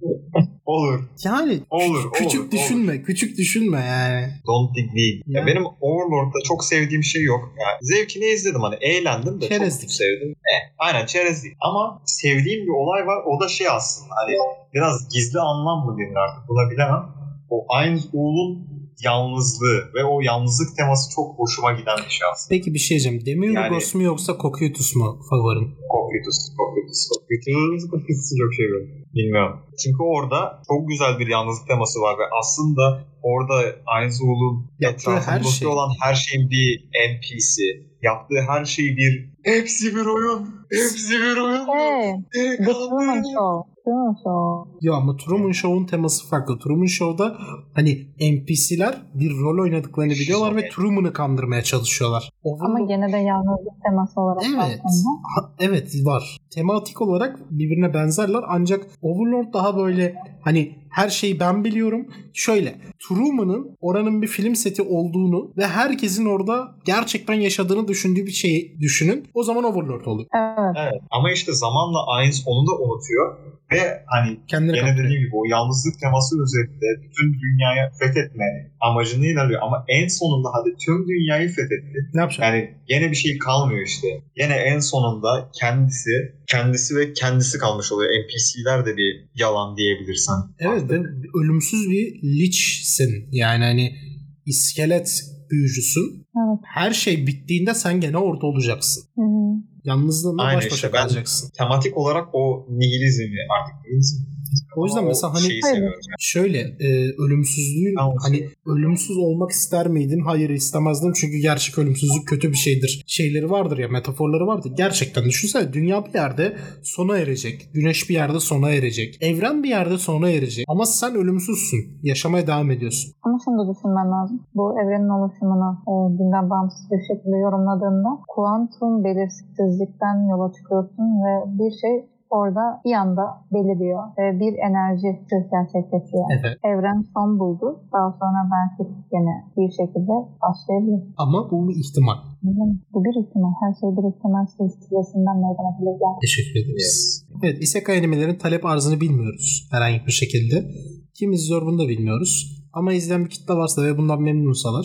Olur. Yani Olur, küçük olur, düşünme. olur. Küçük düşünme yani. Don't think değil. Ya. Ya benim Overlord'da çok sevdiğim şey yok. Yani zevkini izledim hani eğlendim de Çerezlik. çok sevdim. Eh, aynen çerezlik. Ama sevdiğim bir olay var. O da şey aslında hani biraz gizli anlam mı denir artık buna bilemem. O Ainz-Ul'un yalnızlığı ve o yalnızlık teması çok hoşuma giden bir şey aslında. Peki bir şey diyeceğim. Demir Yani- Lugos mu yoksa Cocytus mu favorin? Cocytus, Cocytus, Cocytus, Cocytus'u çok seviyorum. Bilmiyorum. Çünkü orada çok güzel bir yalnızlık teması var ve aslında orada Ainz-Ul'un Yaptığı her etrafındaki şey. olan her şeyin bir N P C. Yaptığı her şey bir... Hepsi bir oyun. Hepsi bir oyun. Hey, The Truman Show. Truman Show. Ya ama Truman Show'un teması farklı. Truman Show'da hani N P C'ler bir rol oynadıklarını biliyorlar ve Truman'ı kandırmaya çalışıyorlar. Ama Overlord- gene de yalnızlık teması olarak Evet. aslında. Ha, evet var. Tematik olarak birbirine benzerler ancak Overlord daha böyle hani her şeyi ben biliyorum. Şöyle Truman'ın oranın bir film seti olduğunu ve herkesin orada gerçekten yaşadığını düşündüğü bir şeyi düşünün. O zaman Overlord oluyor. Evet. Evet. Ama işte zamanla Ainz onu da unutuyor. Ve hani Kendini gene kaptırıyor. dediğim gibi o yalnızlık teması üzerinde bütün dünyayı fethetme amacını ilerliyor. Ama en sonunda hadi tüm dünyayı fethetti. Ne yapacak? Yani gene bir şey kalmıyor işte. Gene en sonunda kendisi, kendisi ve kendisi kalmış oluyor. N P C'ler de bir yalan diyebilirsen. Evet ve ölümsüz bir lichsin. Yani hani iskelet büyücüsün. Evet. Her şey bittiğinde sen gene orada olacaksın. Hı hı. Yalnızlığınla Aynen baş başa işte ben- kalacaksın. Tematik olarak o nihilizmi artık nihilizm. O yüzden Ama mesela hani şeyi seviyorum yani. şöyle e, ölümsüzlüğün Tamam. hani ölümsüz olmak ister miydin? Hayır istemezdim çünkü gerçek ölümsüzlük kötü bir şeydir. Şeyleri vardır ya metaforları vardır. Gerçekten düşünsene dünya bir yerde sona erecek. Güneş bir yerde sona erecek. Evren bir yerde sona erecek. Ama sen ölümsüzsün. Yaşamaya devam ediyorsun. Ama şunu da düşünmen lazım. Bu evrenin oluşumunu e, dinden bağımsız bir şekilde yorumladığında kuantum belirsizlikten yola çıkıyorsun ve bir şey orada bir anda beliriyor. Ve bir enerji gerçekleşiyor. Evet. Evren son buldu. Daha sonra belki gene bir şekilde başlayabilir. Ama bu bir ihtimal. Bu bir ihtimal. Her şey bir ihtimal silsilesinden meydana gelir. Teşekkür ederiz. Evet, isekai animelerin talep arzını bilmiyoruz herhangi bir şekilde. Kim izliyor bunu da bilmiyoruz. Ama izleyen bir kitle varsa ve bundan memnunsalar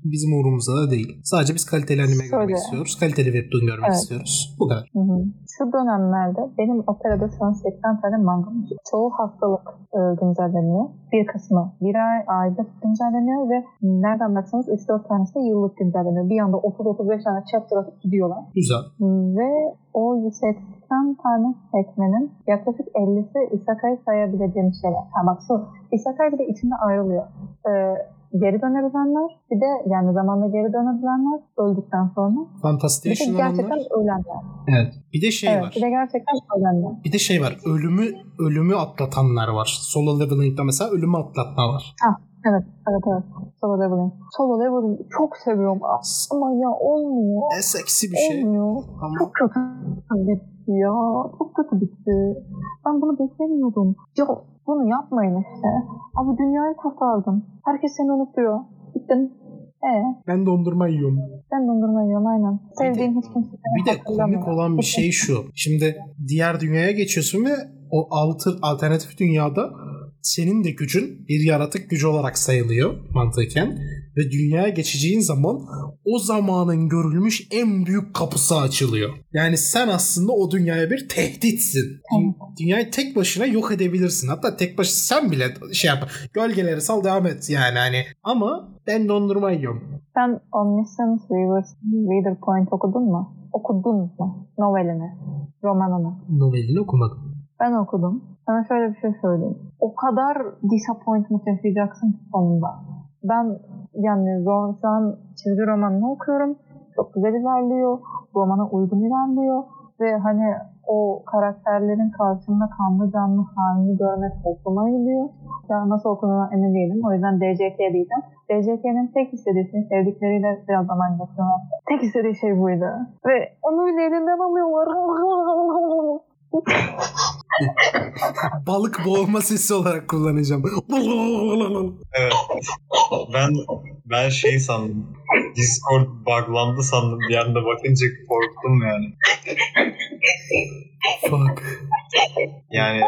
bizim umurumuzda da değil. Sadece biz kaliteli anime Şöyle. görmek istiyoruz. Kaliteli webtoon görmek Evet. istiyoruz. Bu kadar. Hı hı. Şu dönemlerde benim operada şu an seksen tane mangam var. Çoğu haftalık e, güncelleniyor. Bir kısmı bir ay, ayda güncelleniyor ve nereden baksanız üç dört tanesi de yıllık güncelleniyor. Bir anda otuz otuz beş tane chapter atıp gidiyorlar. Güzel. Ve o seksen tane sekmenin yaklaşık ellisi isekai sayabileceğim şeyler. Ha bak şu isekai bir de içinde ayrılıyor. Ee, geri dönebilenler, bir de yani zamanla geri dönebilenler öldükten sonra. Bir de Fantastation gerçekten olanlar. ölenler. Evet. Bir de şey Evet, var. bir de gerçekten ölenler. Bir de şey var. Ölümü ölümü atlatanlar var. Solo leveling'de mesela ölümü atlatma var. Ah, evet, evet, evet. Solo leveling. Solo leveling çok seviyorum ama ya olmuyor. Ne seksi bir şey. Olmuyor. Ama Çok kötü bitti ya. Çok kötü bitti. Ben bunu beklemiyordum. Ya bunu yapmayın işte. Abi dünyayı kurtardım. Herkes seni unutuyor. Gittin. Ee, ben dondurma yiyorum. ben dondurma yiyorum aynen. Sevdiğin hiç kimse seni Bir de hatırlamıyor. komik olan bir şey şu. Şimdi diğer dünyaya geçiyorsun ve o altı alternatif dünyada senin de gücün bir yaratık gücü olarak sayılıyor mantıken. Ve dünyaya geçeceğin zaman o zamanın görülmüş en büyük kapısı açılıyor. Yani sen aslında o dünyaya bir tehditsin. Dü- Dünyayı tek başına yok edebilirsin. Hatta tek başına sen bile şey yap. Gölgeleri sal devam et yani hani. Ama ben dondurma yiyorum. Sen Omniscient Reader's Reader Point okudun mu? Okudun mu? Novelini, romanını. Novelini okumadım. Ben okudum. Sana şöyle bir şey söyleyeyim. O kadar disappointment yaşayacaksın ki sonunda. Ben yani ro- şu an çizgi romanını okuyorum. Çok güzel ilerliyor. Romana uygun ilerliyor. Ve hani o karakterlerin karşımda kanlı canlı halini görmek hoşuma gidiyor. Ya nasıl okuduğuna emin değilim. O yüzden D C K diyeceğim. D C K'nin tek istediği şey sevdikleriyle biraz zaman geçirmek. Tek istediği şey buydu. Ve onu bile elinden alıyorlar. Balık boğulma sesi olarak kullanacağım. Evet. Ben ben şeyi sandım. Discord buglandı sandım. Bir anda bakınca korktum yani. Fuck. Yani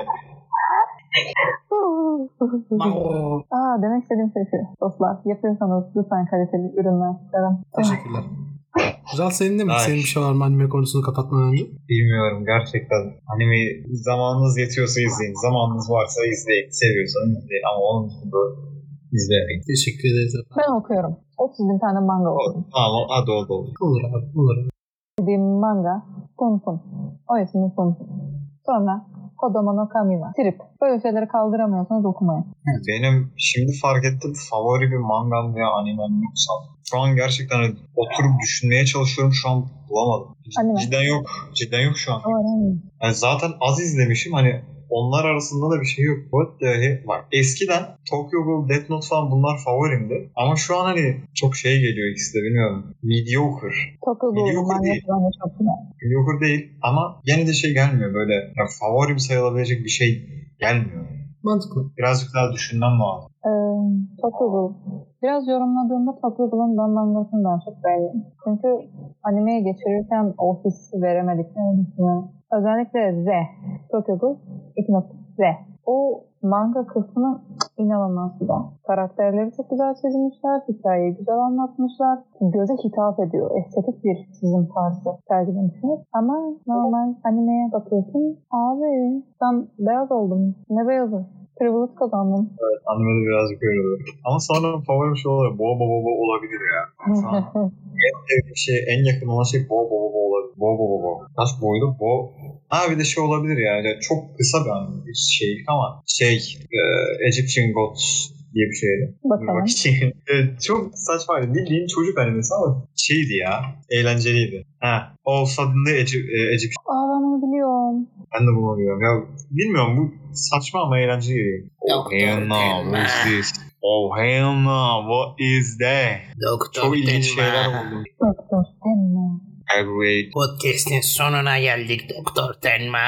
Aa, demek istediğim şey şu. Dostlar yapıyorsanız lütfen kaliteli ürünler isterim. Teşekkürler. Güzel senin de mi? Ay. Senin bir şey var mı anime konusunu kapatmadan önce? bilmiyorum gerçekten. Anime zamanınız yetiyorsa izleyin. Zamanınız varsa izleyin. Seviyorsanız izleyin. Ama onun dışında izlemeyin. Teşekkür ederiz efendim. Ben okuyorum. otuz bin tane manga okudum. Tamam hadi oldu oldu. Olur abi olur. Dediğim manga Funfun. O ismi Funfun. Sonra Kodomo no Kami var. Trip. Böyle şeyleri kaldıramıyorsanız okumayın. Benim şimdi fark ettim favori bir mangam veya animem yok sanırım. Şu an gerçekten oturup düşünmeye çalışıyorum, şu an bulamadım. C- Anime. cidden yok. Cidden yok şu an. Ama önemli. Yani zaten az izlemişim, hani onlar arasında da bir şey yok. What the heck? Bak eskiden Tokyo Ghoul, Death Note falan bunlar favorimdi. Ama şu an hani çok şey geliyor ikisi de, bilmiyorum. Mediocre. Tokyo Ghoul Mediocre manga değil. falan da çok güzel. Mediocre değil ama gene de şey gelmiyor böyle. Ya favorim sayılabilecek bir şey gelmiyor. Mantıklı. Birazcık daha düşünmem lazım. Ee, Tokyo Ghoul. Biraz yorumladığımda Tokyo Ghoul'un ben mangasını daha çok beğendim. Çünkü animeye geçirirken o hissi veremediklerini düşünüyorum. Özellikle Z. Tokyo Ghoul iki nokta Z. O manga kısmı inanılmaz güzel. Karakterleri çok güzel çizmişler. Hikayeyi güzel anlatmışlar. Göze hitap ediyor. Estetik bir çizim tarzı sergilemişler. Ama normal animeye bakıyorsun. Abi ben beyaz oldum. Ne beyazı? Privilege kazandım. Evet, animede birazcık öyle olur. Ama sonra favorim şey olarak Boğa Boğa Boğa olabilir ya. Şu an en sevdiğim şey, en yakın olan şey Boğa Boğa Boğa olabilir. Boğa Boğa Boğa. Kaç boydu? Boğa. Ha bir de şey olabilir yani. Çok kısa bir anime bir şey ama şey e, Egyptian Gods diye bir şeydi. Bakalım. Bak için. Evet, çok saçmaydı. Bildiğin çocuk animesi ama şeydi ya. Eğlenceliydi. Ha. All Suddenly Egyptian. Aa ben onu biliyorum. Ben de bunu biliyorum. Ya bilmiyorum, bu saçma ama eğlenceli geliyor. Oh hell no, what is this? Oh hell no, what is that? Doktor Çok ilginç Tenma. şeyler oldu. Doktor Tenma. Aggrate. Podcast'in sonuna geldik Doktor Tenma.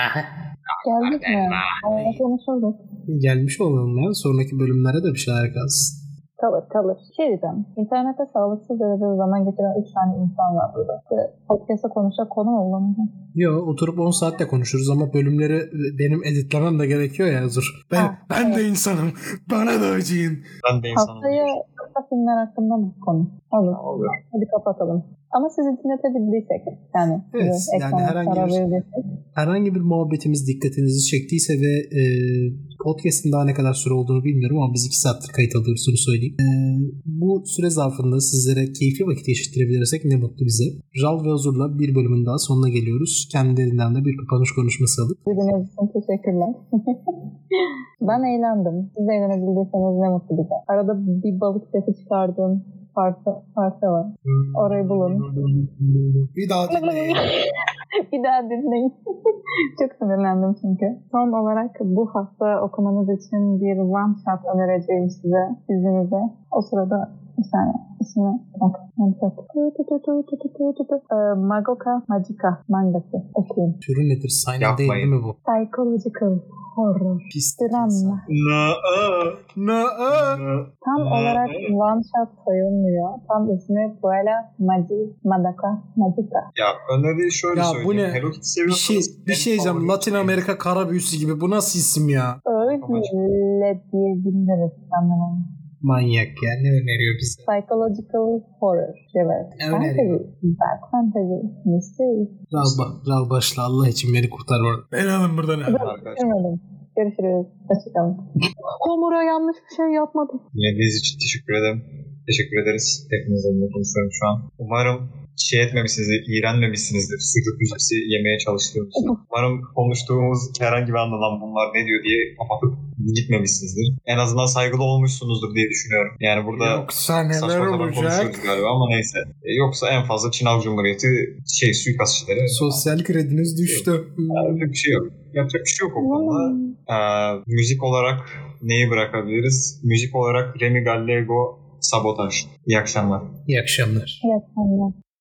Geldik mi? Aa, konuşulduk. Gelmiş olalım ya. Sonraki bölümlere de bir şeyler kalsın. Kalır kalır. Şey diyeceğim. İnternette sağlıksız derecede zaman geçiren üç tane insan var burada. Ve podcast'a konuşacak konu mu bulamayacağım? Yo, oturup on saatte konuşuruz ama bölümleri benim editlemem de gerekiyor ya Özür. Ben, Ha, ben evet. de insanım. Bana da acıyın. Ben de insanım. Haftaya kısa filmler hakkında mı konu? Olur. Olur. Hadi kapatalım. Ama sizi dinletebildiysek yani. Evet, yani herhangi bir, herhangi bir muhabbetimiz dikkatinizi çektiyse ve e, podcast'in daha ne kadar süre olduğunu bilmiyorum ama biz iki saattir kayıt alıyoruz, onu söyleyeyim. E, bu süre zarfında sizlere keyifli vakit geçirebilirsek ne mutlu bize. Ral ve Huzur'la bir bölümün daha sonuna geliyoruz. Kendilerinden de bir kapanış konuşması alıp. Dinlediğiniz için teşekkürler. Ben eğlendim. Siz de eğlenebildiyseniz ne mutlu bize. Arada bir balık sesi çıkardığım parça, parça var. Orayı bulun. Bir daha dinleyin. Bir daha dinleyin. Çok sinirlendim çünkü. Son olarak bu hafta okumanız için bir one shot önereceğim size, izninizle. O sırada bir saniye. İsmi bak. One shot. Magoka Magica mangası. Okuyun. Türü nedir? Silent değil, değil mi bu? Psychological horror. Pis. Drama. No. Tam olarak one shot sayılmıyor. Tam ismi Puella Magi Madoka Magica. Ya öneriyi şöyle Ya söyleyeyim. bu ne? Hello Kitty Bir seviyorsanız şey bir şey diyeceğim. Latin Amerika kara büyüsü gibi. Bu nasıl isim ya? Öyle diyebiliriz sanırım. Manyak ya. Ne öneriyor bize? Psychological horror. Evet. Ne öneriyor? Fantasy. Dark fantasy. Mystery. Ral, ba- Ral başla. Allah için beni kurtar orada. Beni alın buradan. arkadaşlar. Görüşürüz. Hoşçakalın. Homura yanlış bir şey yapmadım. Dinlediğiniz için teşekkür ederim. Teşekkür ederiz. Hepinizle konuşuyorum şu an. Umarım şey etmemişsinizdir, iğrenmemişsinizdir sıkıntı müzisi yemeye çalıştığımız için. Umarım konuştuğumuz herhangi bir anda lan bunlar ne diyor diye kapatıp gitmemişsinizdir. En azından saygılı olmuşsunuzdur diye düşünüyorum. Yani burada Yoksa saçma neler sapan olacak? konuşuyoruz galiba ama neyse. E, yoksa en fazla Çin Halk Cumhuriyeti şey suikastçileri. Sosyal krediniz düştü. Yapacak bir şey yok. Yapacak bir şey yok o konuda. Ee, müzik olarak neyi bırakabiliriz? Müzik olarak Remi Gallego Sabotaj. İyi akşamlar. İyi akşamlar. İyi akşamlar.